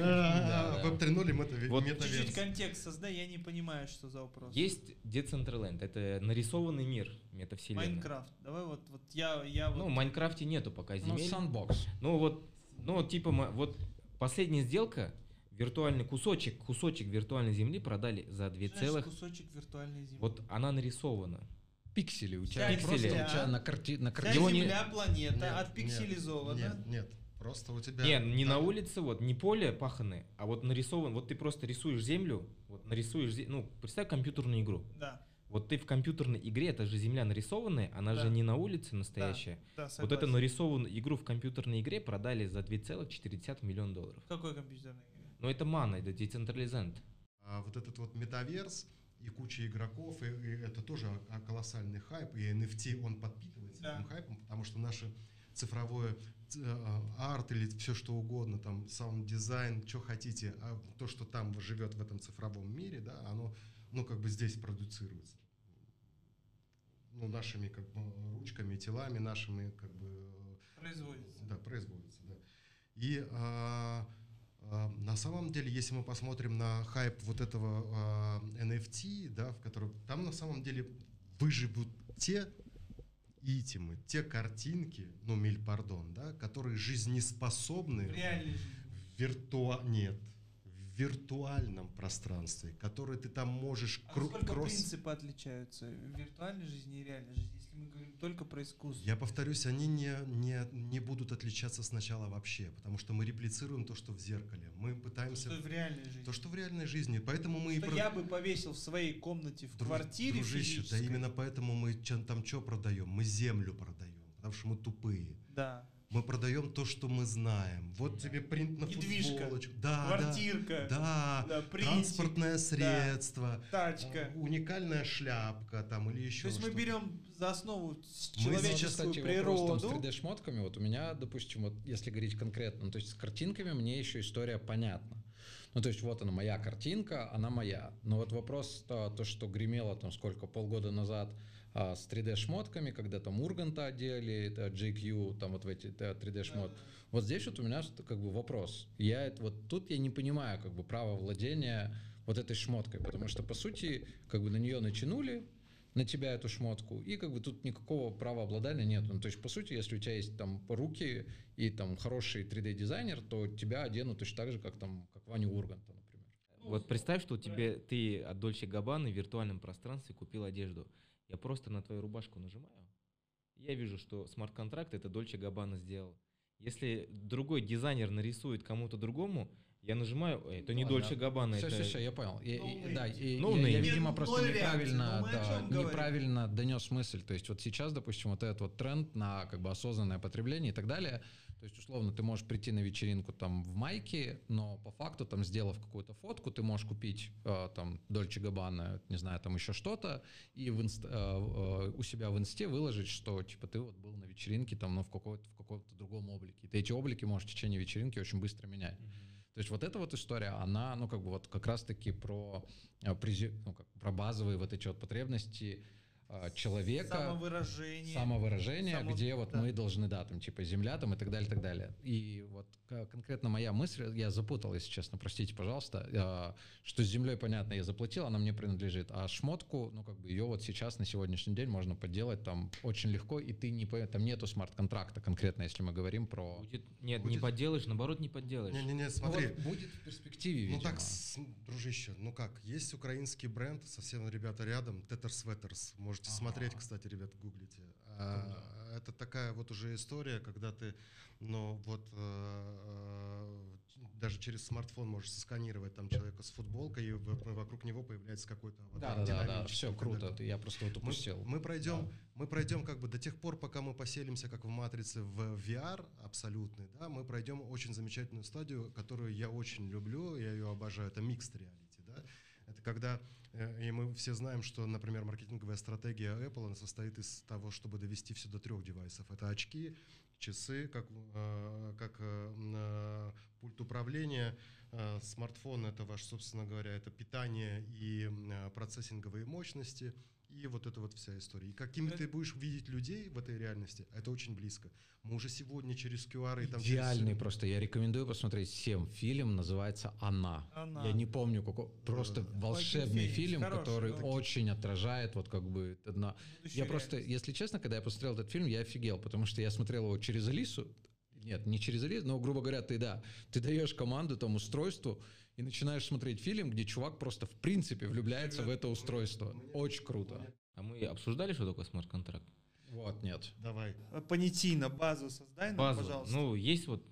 Да, да. веб три ноль и мета- Вот Чуть-чуть метаверс. контекст создай, я не понимаю, что за вопрос. Есть Decentraland, это нарисованный мир метавселенной. Майнкрафт. Давай вот, вот я, я Ну, вот... в Майнкрафте нету пока Ну, земель. сандбокс. Ну вот, ну вот типа ма- вот последняя сделка, виртуальный кусочек, кусочек виртуальной земли продали за два Знаешь, целых. кусочек виртуальной земли. Вот она нарисована. Пиксели. У тебя Пиксели. просто у тебя на карте на Вся карте- его не- земля, планета, Нет, отпикселизована. Нет, нет, просто у тебя... Не, не на там- улице, вот, не поле паханое, а вот нарисован. Вот ты просто рисуешь землю, вот нарисуешь, зе- ну, представь компьютерную игру. Да, Вот ты в компьютерной игре, это же земля нарисованная, она Да. же не на улице настоящая. да, Вот согласен. эту нарисованную игру в компьютерной игре продали за два целых четыре десятых миллиона долларов. В какой компьютерной игре? Но это мана, это децентрализант. А вот этот вот метаверс и куча игроков, и, и это тоже колоссальный хайп, и эн эф ти, он подпитывается Да. этим хайпом, потому что наше цифровое э, арт или все что угодно, там саунд-дизайн, что хотите, а то, что там живет в этом цифровом мире, да, оно, ну, как бы здесь продуцируется. Ну, нашими, как бы, ручками, телами нашими, как бы... Производится. Да, производится, да. И а, а, на самом деле, если мы посмотрим на хайп вот этого а, эн эф ти, да, в котором там на самом деле выживут те итемы, те картинки, ну, миль пардон, да, которые жизнеспособны В реальной жизни. в виртуа... Нет, в виртуальном пространстве, которые ты там можешь А кру- насколько кросс... принципы отличаются в виртуальной жизни и реальной жизни, если мы говорим только про искусство? Я повторюсь, они не, не, не будут отличаться сначала вообще, потому что мы реплицируем то, что в зеркале. Мы пытаемся... Что в реальной жизни? То, что в реальной жизни. Поэтому мы и... Что про- я бы повесил в своей комнате, в Друж- квартире Дружище, да физической. именно поэтому мы чё- там что продаем? Мы землю продаем, потому что мы тупые. Да. Мы продаем то, что мы знаем. Вот тебе принт на Недвижка, футболочку. Да, квартирка, Да, да, да. принтик, Транспортное да, средство. тачка. а, Уникальная шляпка там или еще То есть мы что-то. берем за основу с- Мы человеческую сейчас, Кстати, вопрос природу. там с три дэ-шмотками, вот у меня, допустим, вот если говорить конкретно, ну, то есть с картинками мне еще история понятна. Ну, то есть вот она, моя картинка, она моя. Но вот вопрос, то, то что гремело там сколько, полгода назад а, с три дэ-шмотками, когда там Урганта одели, это джей кью, там вот в эти да, три дэ-шмот. Вот здесь вот у меня как бы вопрос. Я это, вот тут я не понимаю как бы права владения вот этой шмоткой, потому что, по сути, как бы на нее натянули, на тебя эту шмотку, и как бы тут никакого права обладания нет. Ну, то есть, по сути, если у тебя есть там руки и там хороший три дэ-дизайнер, то тебя оденут точно так же, как там, как Ваню Урганта, например. Вот представь, что тебе ты от Dolce Gabbana в виртуальном пространстве купил одежду. Я просто на твою рубашку нажимаю. Я вижу, что смарт-контракт это Dolce Gabbana сделал. Если другой дизайнер нарисует кому-то другому, я нажимаю, «Эй, это не Dolce Gabbana, Все, это... все, все, я понял. И- и- да, и- No я, я, name. видимо, Нет, просто ноль реакции, неправильно, но мы о да, чем говорим? неправильно донес мысль. То есть вот сейчас, допустим, вот этот вот тренд на как бы осознанное потребление и так далее. То есть, условно, ты можешь прийти на вечеринку там в майке, но по факту, там, сделав какую-то фотку, ты можешь купить э, там Dolce Gabbana, не знаю, там еще что-то, и в инст, э, э, у себя в инсте выложить, что типа ты вот был на вечеринке там, ну, в каком-то, в каком-то другом облике. И ты эти облики можешь в течение вечеринки очень быстро менять. То есть вот эта вот история, она, ну, как бы вот как раз-таки про, э, прези- ну, как, про базовые вот эти вот потребности э, человека. Самовыражение. Самовыражение, Само- где вот да. мы должны, да, там, типа, земля, там, и так далее, и так далее. И вот к- конкретно моя мысль, я запутал, если честно, простите, пожалуйста, э, что с землей, понятно, я заплатил, она мне принадлежит, а шмотку, ну, как бы, ее вот сейчас, на сегодняшний день можно подделать там очень легко, и ты не, по- там нету смарт-контракта конкретно, если мы говорим про... Будет... Нет, Будет- не подделаешь, наоборот, не подделаешь. Не-не-не, Ну, смотри. вот будет в перспективе, видимо. Ну так, с- дружище, ну как, есть украинский бренд, совсем ребята рядом, Tether Sweaters, можете Ага. смотреть, кстати, ребят, гуглите. А, это такая вот уже история, когда ты, ну вот, э, э, даже через смартфон можешь сосканировать там человека с футболкой, и в- вокруг него появляется какой-то аватар Да, да, да, да, динамический все и так круто, далее. ты- я просто вот Мы, упустил. мы пройдем, мы пройдем как бы до тех пор, пока мы поселимся, как в матрице, в ви ар абсолютный, да, мы пройдем очень замечательную стадию, которую я очень люблю, я ее обожаю, это mixed reality, да. Это когда, э, и мы все знаем, что, например, маркетинговая стратегия Apple, она состоит из того, чтобы довести все до трех девайсов. Это очки, часы, как, э, как э, э, пульт управления, э, смартфон, это ваш, собственно говоря, это питание и э, процессинговые мощности, и вот эта вот вся история. И какими ты будешь видеть людей в этой реальности, это очень близко. Мы уже сегодня через ку ар и там Идеальный через... просто. Я рекомендую посмотреть всем. Фильм называется «Она». Она. Я не помню, какой. Просто Да-да-да. волшебный Феникс, фильм, хороший, который да. очень отражает вот как бы... одна- Будущая Я просто, реальность. если честно, когда я посмотрел этот фильм, я офигел, потому что я смотрел его через Алису. Нет, не через Алису, но, грубо говоря, ты, да, ты даешь команду там устройству и начинаешь смотреть фильм, где чувак просто в принципе влюбляется в это устройство. Очень круто. А мы обсуждали, что такое смарт-контракт? Вот, нет. Давай. Понятийно базу создай нам, Базу. пожалуйста. Ну, есть вот...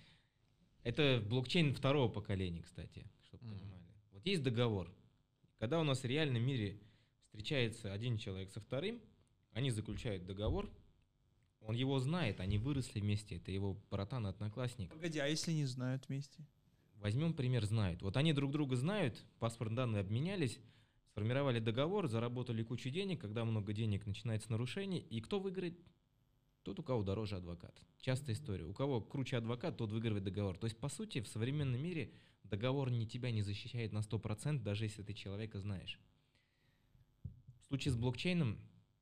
Это блокчейн второго поколения, кстати, чтобы Мгм. понимали. Вот есть договор. Когда у нас в реальном мире встречается один человек со вторым, они заключают договор, он его знает, они выросли вместе, это его братан, одноклассник. Погоди, а если не знают вместе? Возьмем пример знают. Вот они друг друга знают, паспортные данные обменялись, сформировали договор, заработали кучу денег, когда много денег, начинается нарушение, и кто выиграет? Тот, у кого дороже адвокат. Частая история. У кого круче адвокат, тот выигрывает договор. То есть, по сути, в современном мире договор не тебя не защищает на сто процентов, даже если ты человека знаешь. В случае с блокчейном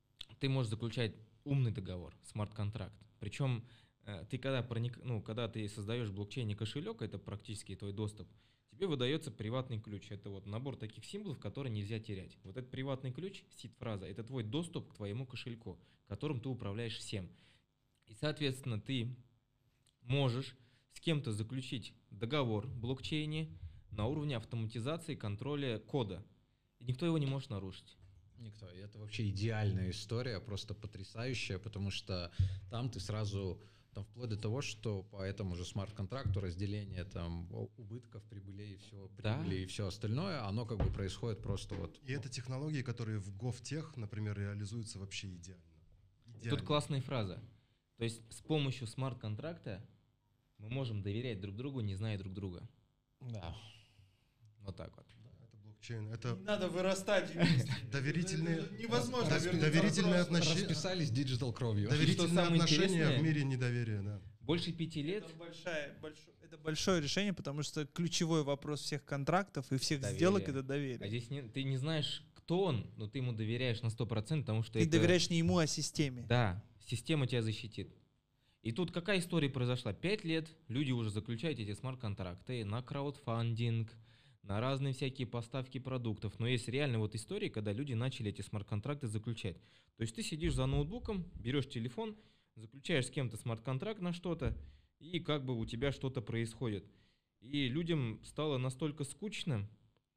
ты можешь заключать умный договор, смарт-контракт. Причем ты когда, проник, ну, когда ты создаешь в блокчейне кошелек, это практически твой доступ, тебе выдается приватный ключ. Это вот набор таких символов, которые нельзя терять. Вот этот приватный ключ, сид-фраза, это твой доступ к твоему кошельку, которым ты управляешь всем. И, соответственно, ты можешь с кем-то заключить договор в блокчейне на уровне автоматизации контроля кода. И никто его не может нарушить. Никто. И это вообще идеальная история, просто потрясающая, потому что там ты сразу, там вплоть до того, что по этому же смарт-контракту разделение там убытков, прибылей и всего, Да. прибыли и все остальное, оно как бы происходит просто вот. И это технологии, которые в GovTech, например, реализуются вообще идеально. идеально. Тут классная фраза. То есть с помощью смарт-контракта мы можем доверять друг другу, не зная друг друга. Да. Вот так вот. Да, это блокчейн. Это Не надо вырастать вместе. доверительные, Это невозможно дов- вернуться доверительные в прошлое. отношения, Расписались диджитал кровью. доверительные самое отношения интересное? в мире недоверия. Да. Больше пяти лет Это, большая, большое, это большое решение, потому что ключевой вопрос всех контрактов и всех Доверие. сделок — это А доверие. здесь не, ты не знаешь, кто он, но ты ему доверяешь на сто процентов, потому что Ты это... доверяешь не ему, а системе. Да, система тебя защитит. И тут какая история произошла? Пять лет люди уже заключают эти смарт-контракты на краудфандинг, на разные всякие поставки продуктов. Но есть реально вот истории, когда люди начали эти смарт-контракты заключать. То есть ты сидишь за ноутбуком, берешь телефон, заключаешь с кем-то смарт-контракт на что-то, и как бы у тебя что-то происходит. И людям стало настолько скучно,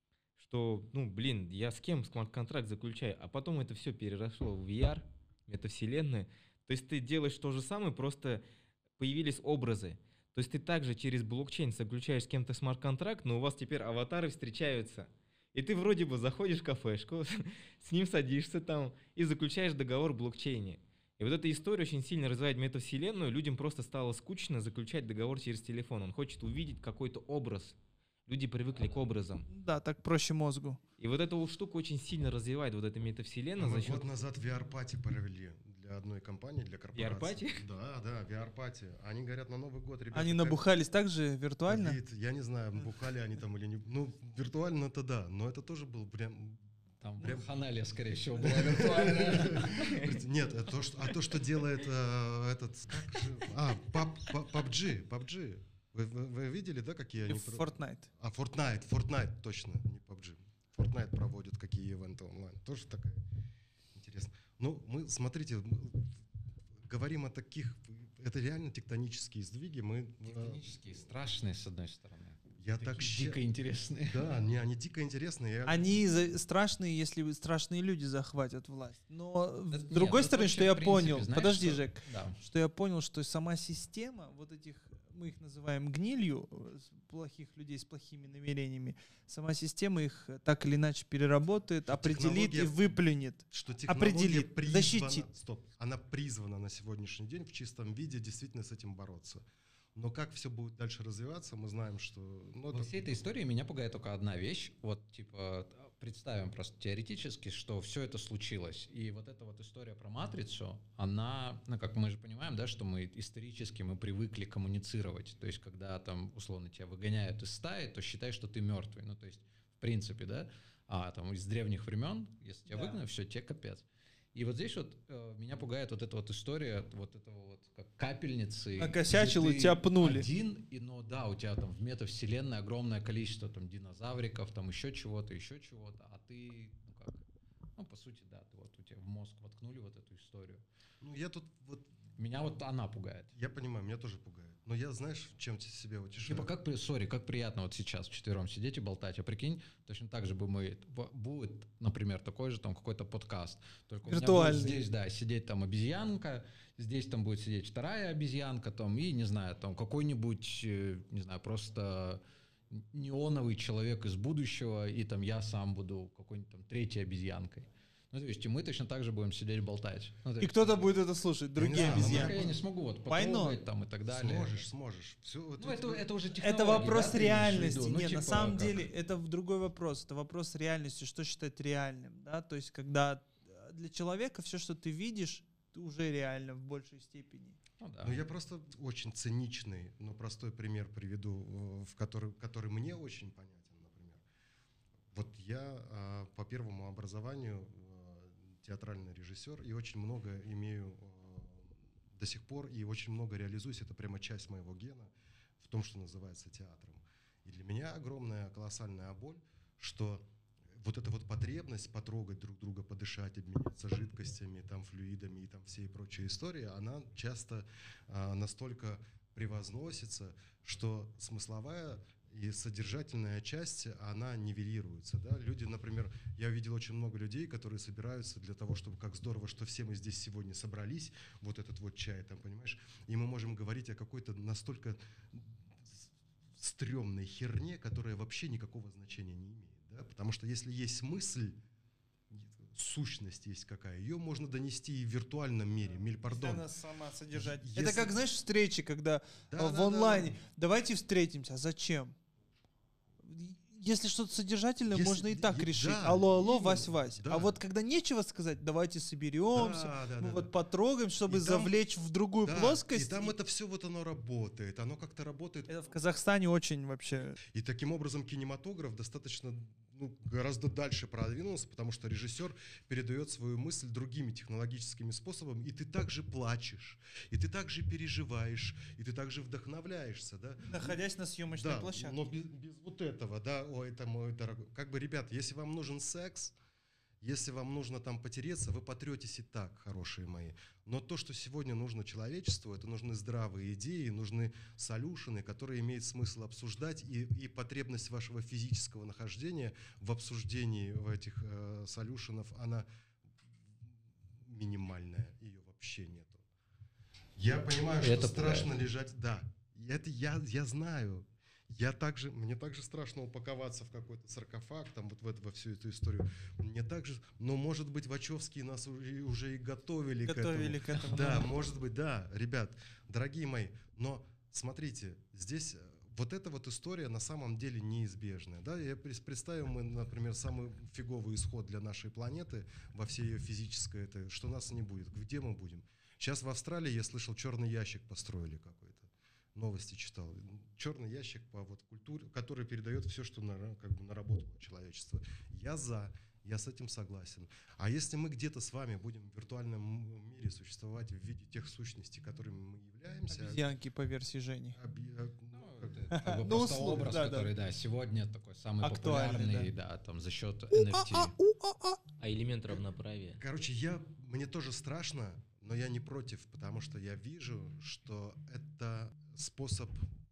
что, ну, блин, я с кем смарт-контракт заключаю? А потом это все переросло в ви ар, метавселенную. То есть ты делаешь то же самое, просто появились образы. То есть ты также через блокчейн заключаешь с кем-то смарт-контракт, но у вас теперь аватары встречаются. И ты вроде бы заходишь в кафешку, с ним садишься там и заключаешь договор в блокчейне. И вот эта история очень сильно развивает метавселенную. Людям просто стало скучно заключать договор через телефон. Он хочет увидеть какой-то образ. Люди привыкли к образам. Да, так проще мозгу. И вот эту штуку очень сильно развивает вот эта метавселенная. Мы за счет... год назад ви ар-пати провели для одной компании, для корпорации. ви ар-пати? Да, да, ви ар-пати. Они говорят, на Новый год, ребята... Они как- набухались также виртуально? ковид, я не знаю, бухали они там или не... Ну, виртуально-то да, но это тоже был прям... Там Прям- ханалия, скорее всего, была виртуальная. Нет, а то, что, а то, что делает э, этот... Как же? А, пабджи, пабджи. Вы, вы- вы видели, да, какие они... про- Fortnite. А, Fortnite, Fortnite, точно, не пабджи. Fortnite проводит какие ивенты онлайн. Тоже такая интересно. Ну, мы, смотрите, мы говорим о таких... Это реально тектонические сдвиги. Мы, э, Тектонические, страшные, с одной стороны. я Такие так ща- дико интересные. Да, не, они дико интересные. Я- Они за- страшные, если страшные люди захватят власть. Но Это- с нет, другой это стороны, вообще, что я в принципе, понял, знаешь, подожди, что- Жек, Да. что я понял, что сама система вот этих, мы их называем гнилью, э, с- плохих людей с плохими намерениями, сама система их э, так или иначе переработает, определит и технология- выплюнет. что технология определит, призвана- защитит. Стоп, она призвана на сегодняшний день в чистом виде действительно с этим бороться. Но как все будет дальше развиваться, мы знаем, что... Ну, Во это- всей этой истории меня пугает только одна вещь. Вот, типа, представим просто теоретически, что все это случилось. И вот эта вот история про матрицу, она, ну, как мы же понимаем, да, что мы исторически мы привыкли коммуницировать. То есть, когда там, условно, тебя выгоняют из стаи, то считай, что ты мертвый. Ну, то есть, в принципе, да, а там из древних времен, если тебя Да. выгнали, все, тебе капец. И вот здесь вот э, меня пугает вот эта вот история вот этого вот как капельницы. Накосячил, где и ты тебя пнули. Один, и, но да, у тебя там в метавселенной огромное количество там динозавриков, там еще чего-то, еще чего-то, а ты, ну как, ну по сути, да, ты вот у тебя в мозг воткнули вот эту историю. Ну, я тут вот... Меня вот она пугает. Я понимаю, меня тоже пугает. Но я, знаешь, чем себя утешаю? Типа как, при- сори, как приятно вот сейчас вчетвером сидеть и болтать, а прикинь, точно так же бы мы, б- будет, например, такой же там какой-то подкаст, только у меня Виртуальный. будет здесь, да, сидеть там обезьянка, здесь там будет сидеть вторая обезьянка, там, и, не знаю, там какой-нибудь, э, не знаю, просто неоновый человек из будущего, и там я сам буду какой-нибудь там третьей обезьянкой. Ну, то есть и мы точно так же будем сидеть болтать. Ну, то И есть, кто-то будет это слушать, другие знаю, ну, обезьяны. пока я не смогу вот Why not? потрогать там и так далее. Сможешь, сможешь. Всё, вот Ну, эти это, вот- это уже технологии. Это вопрос да, ты имеешь в реальности. виду? Ну, Нет, на типа, самом как? деле это в другой вопрос. Это вопрос реальности, что считать реальным. Да? То есть, когда для человека все, что ты видишь, уже реально в большей степени. Ну, да. Ну, я просто очень циничный, но простой пример приведу, э, в который, который мне очень понятен, например. Вот я а, по первому образованию а, театральный режиссер и очень много имею а, до сих пор и очень много реализуюсь. Это прямо часть моего гена в том, что называется театром. И для меня огромная, колоссальная боль, что вот эта вот потребность потрогать друг друга, подышать, обменяться жидкостями, там, флюидами и там все и прочие истории, она часто а, настолько превозносится, что смысловая и содержательная часть, она нивелируется. Да? Люди, например, я видел очень много людей, которые собираются для того, чтобы, как здорово, что все мы здесь сегодня собрались, вот этот вот чай, там, понимаешь, и мы можем говорить о какой-то настолько стрёмной херне, которая вообще никакого значения не имеет. Да? Потому что если есть мысль, сущность есть какая, ее можно донести и в виртуальном мире, миль пардон. Она сама содержать. Если- Это как, знаешь, встречи, когда Да, э, в да, да, онлайне. да. Давайте встретимся. А зачем? Если что-то содержательное, Если- можно и так е- решить. да, алло, алло, именно, Вась, Вась. да. А вот когда нечего сказать, давайте соберемся, Да, да, мы да, вот да. потрогаем, чтобы И там- завлечь в другую Да, плоскость. и там это все вот оно работает, оно как-то работает. Это в Казахстане очень вообще. И таким образом кинематограф достаточно, ну, гораздо дальше продвинулся, потому что режиссер передает свою мысль другими технологическими способами, и ты также плачешь, и ты также переживаешь, и ты также вдохновляешься, да. Находясь на съемочной Да, площадке. но без, без вот этого, да, о, это мой дорогой. Как бы, ребят, если вам нужен секс, если вам нужно там потереться, вы потретесь и так, хорошие мои. Но то, что сегодня нужно человечеству, это нужны здравые идеи, нужны солюшены, которые имеет смысл обсуждать, и, и потребность вашего физического нахождения в обсуждении в этих э, солюшенов, она минимальная, ее вообще нету. Я понимаю, что Это страшно пугает. лежать, да, это я, я знаю. Я также, мне также страшно упаковаться в какой-то саркофаг, там вот в это, во всю эту историю. Мне также, но может быть Вачовские нас уже, уже и готовили, Готовили к к этому. этому. Да, может быть, да, ребят, дорогие мои. Но смотрите, здесь вот эта вот история на самом деле неизбежная. Да? Я прес- представим мы, например, самый фиговый исход для нашей планеты во всей ее физической, это, что нас не будет. Где мы будем? Сейчас в Австралии, я слышал, черный ящик построили какой-то. Новости читал. Черный ящик по вот культуре, который передает все, что на, как бы наработало человечество. Я за, я с этим согласен. А если мы где-то с вами будем в виртуальном мире существовать в виде тех сущностей, которыми мы являемся, Обезьянки по версии Жени. оби- а, ну, как бы, Как бы Ну, просто условно, образ, да, да. который, да, сегодня такой самый Актуальный, популярный, да. там за счет эн эф ти. А элемент равноправия? Короче, я, мне тоже страшно, но я не против, потому что я вижу, что это способ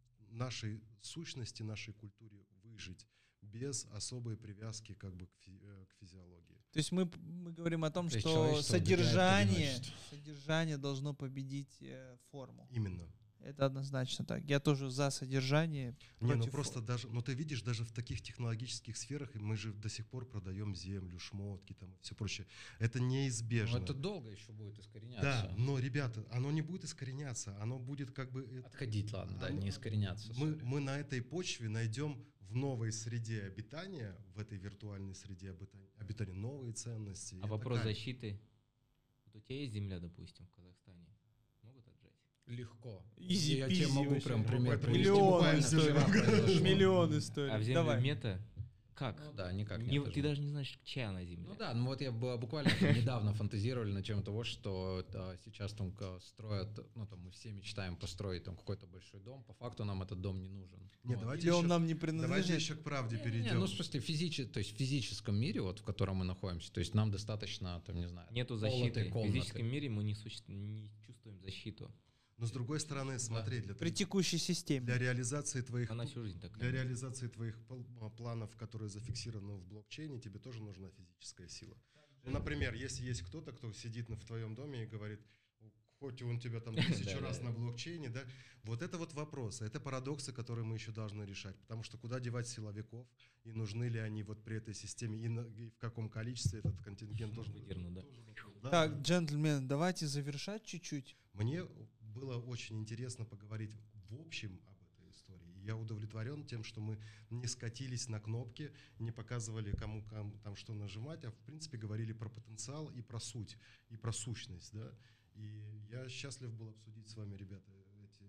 нашей сущности, нашей культуре выжить без особой привязки как бы к, фи- э, к физиологии. То есть мы, мы говорим о том, То есть что человечество убегает к содержание, одиночеству. содержание должно победить э, форму. Именно. Это однозначно так. Я тоже за содержание. Не, ну против просто формы. даже, ну ты видишь, даже в таких технологических сферах мы же до сих пор продаем землю, шмотки там и все прочее. Это неизбежно. Но это долго еще будет искореняться. Да, но, ребята, оно не будет искореняться, оно будет как бы... э, Отходить, ладно, да, оно- не искореняться. Мы, сори. мы на этой почве найдем в новой среде обитания, в этой виртуальной среде обитания, обитания новые ценности. А Это вопрос кайф. защиты? Вот у тебя есть земля, допустим, в Казахстане? Могут отжать? Легко. Изи Я пизи тебе могу вообще. прям Ну, пример поэтому привести. миллион Буквально историй. вчера произошло. Миллион историй. А в землю Давай. мета? Как? Ну да, никак Не- нет. ты тоже. даже не знаешь, чья она земля. Ну да, ну вот я б- буквально недавно фантазировали на тему того, что да, сейчас там ка- строят, ну там мы все мечтаем построить там какой-то большой дом, по факту нам этот дом не нужен. Не, Вот. давайте Или он еще- нам не Давайте принадлежит. еще к правде Не, не, перейдем. ну в смысле физичи, то есть в физическом мире, вот в котором мы находимся, то есть нам достаточно, там не знаю, Нету комнаты, защиты. В комнаты. физическом мире мы не, суще- не чувствуем защиту. Но с другой стороны, смотри, для, При текущей системе. для реализации твоих Она п- всю жизнь такая. для реализации твоих пл- а, планов, которые зафиксированы в блокчейне, тебе тоже нужна физическая сила. Ну, например, если есть кто-то, кто сидит на- в твоем доме и говорит: хоть он тебя там тысячу раз на блокчейне, да. Вот это вот вопросы, это парадоксы, которые мы еще должны решать, потому что куда девать силовиков, и нужны ли они вот при этой системе, и, на, и в каком количестве этот контингент должен быть. Да. Да, Так, да. джентльмены, давайте завершать чуть-чуть. Мне было очень интересно поговорить в общем об этой истории. Я удовлетворен тем, что мы не скатились на кнопки, не показывали, кому, кому там что нажимать, а в принципе говорили про потенциал и про суть, и про сущность. Да? И я счастлив был обсудить с вами, ребята, эти,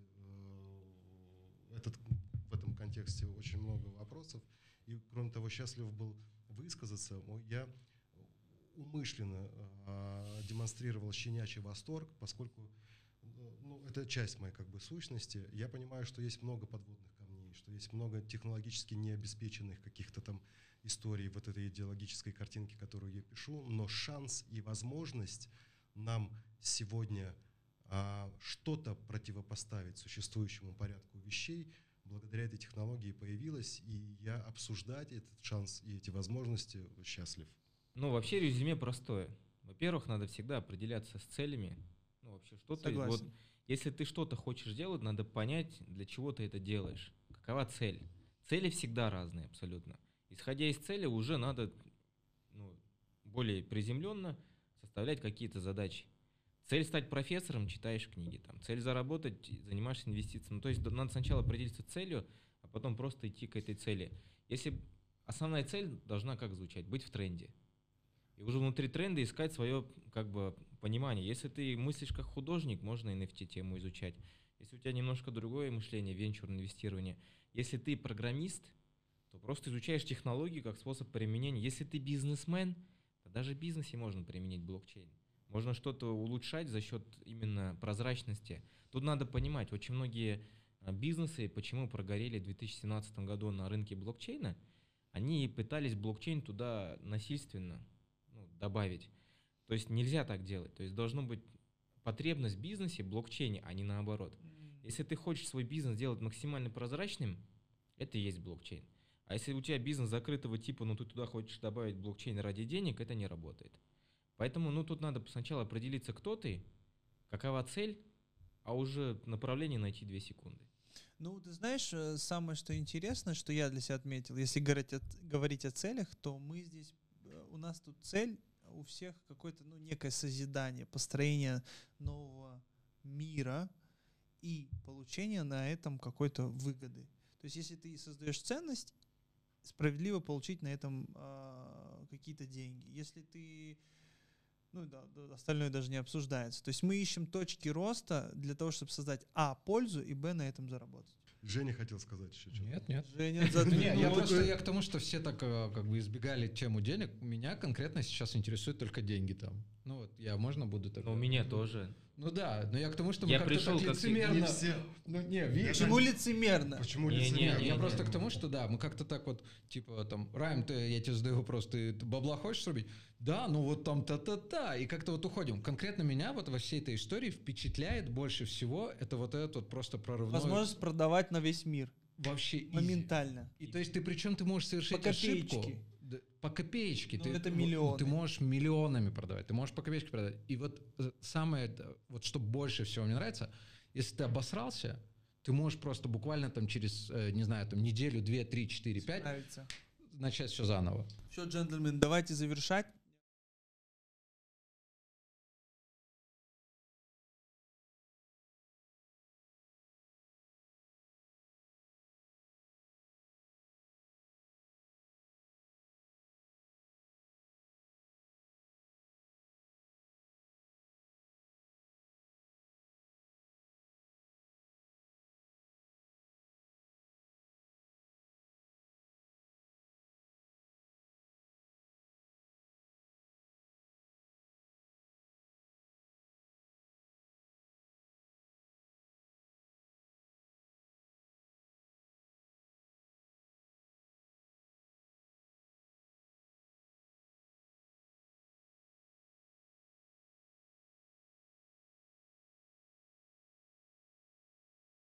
э, этот, в этом контексте очень много вопросов. И кроме того, счастлив был высказаться. Я умышленно э, демонстрировал щенячий восторг, поскольку ну, это часть моей как бы сущности. Я понимаю, что есть много подводных камней, что есть много технологически необеспеченных каких-то там историй вот этой идеологической картинки, которую я пишу, но шанс и возможность нам сегодня а, что-то противопоставить существующему порядку вещей благодаря этой технологии появилась, и я обсуждать этот шанс и эти возможности счастлив. Ну, вообще резюме простое. Во-первых, надо всегда определяться с целями. Ну, вообще, что ты, вот, если ты что-то хочешь делать, надо понять, для чего ты это делаешь. Какова цель? Цели всегда разные абсолютно. Исходя из цели, уже надо ну, более приземленно составлять какие-то задачи. Цель стать профессором, читаешь книги. Там. Цель заработать, занимаешься инвестициями. Ну, то есть надо сначала определиться целью, а потом просто идти к этой цели. Если основная цель должна как звучать? Быть в тренде. И уже внутри тренда искать свое как бы, понимание. Если ты мыслишь как художник, можно эн эф ти-тему изучать. Если у тебя немножко другое мышление, венчурное инвестирование. Если ты программист, то просто изучаешь технологии как способ применения. Если ты бизнесмен, то даже в бизнесе можно применить блокчейн. Можно что-то улучшать за счет именно прозрачности. Тут надо понимать, очень многие бизнесы, почему прогорели в две тысячи семнадцатом году на рынке блокчейна, они пытались блокчейн туда насильственно ну, добавить. То есть нельзя так делать. То есть должна быть потребность в бизнесе, блокчейне, а не наоборот. Если ты хочешь свой бизнес сделать максимально прозрачным, это и есть блокчейн. А если у тебя бизнес закрытого типа, но ты туда хочешь добавить блокчейн ради денег, это не работает. Поэтому ну, тут надо сначала определиться, кто ты, какова цель, а уже направление найти две секунды. Ну, ты знаешь, самое что интересно, что я для себя отметил, если говорить о, говорить о целях, то мы здесь, у нас тут цель, у всех какое-то, ну, некое созидание, построение нового мира и получение на этом какой-то выгоды. То есть, если ты создаешь ценность, справедливо получить на этом э, какие-то деньги. Если ты Ну да, да, остальное даже не обсуждается. То есть мы ищем точки роста для того, чтобы создать а, пользу, и б, на этом заработать. Женя хотел сказать еще что-то. Нет, нет. Женя задвинул. Не, я просто я к тому, что все так как бы избегали тему денег. Меня конкретно сейчас интересуют только деньги там. Ну вот, я можно буду так. Но у меня тоже. Ну да, но я к тому, что мы Я как-то пришел так как лицемерно. Не все. Ну не, ви- Почему лицемерно? Почему Не, не, лицемерно? не, Я не. просто к тому, что да, мы как-то так вот, типа там, Райм, ты, я тебе задаю вопрос, ты, ты бабла хочешь срубить? Да, ну вот там та-та-та, и как-то вот уходим. Конкретно меня вот во всей этой истории впечатляет больше всего, это вот этот вот просто прорывной... Возможность продавать на весь мир. Вообще easy. Моментально. И то есть ты причем ты можешь совершить По ошибку. копеечке. Да, по копеечке. Ну, ты, это вот, миллионы. Ты можешь миллионами продавать, ты можешь по копеечке продать. И вот э, самое, да, вот что больше всего мне нравится, если ты обосрался, ты можешь просто буквально там через, э, не знаю, там неделю, две, три, четыре, пять Нравится. начать все заново. Все, джентльмен, давайте завершать.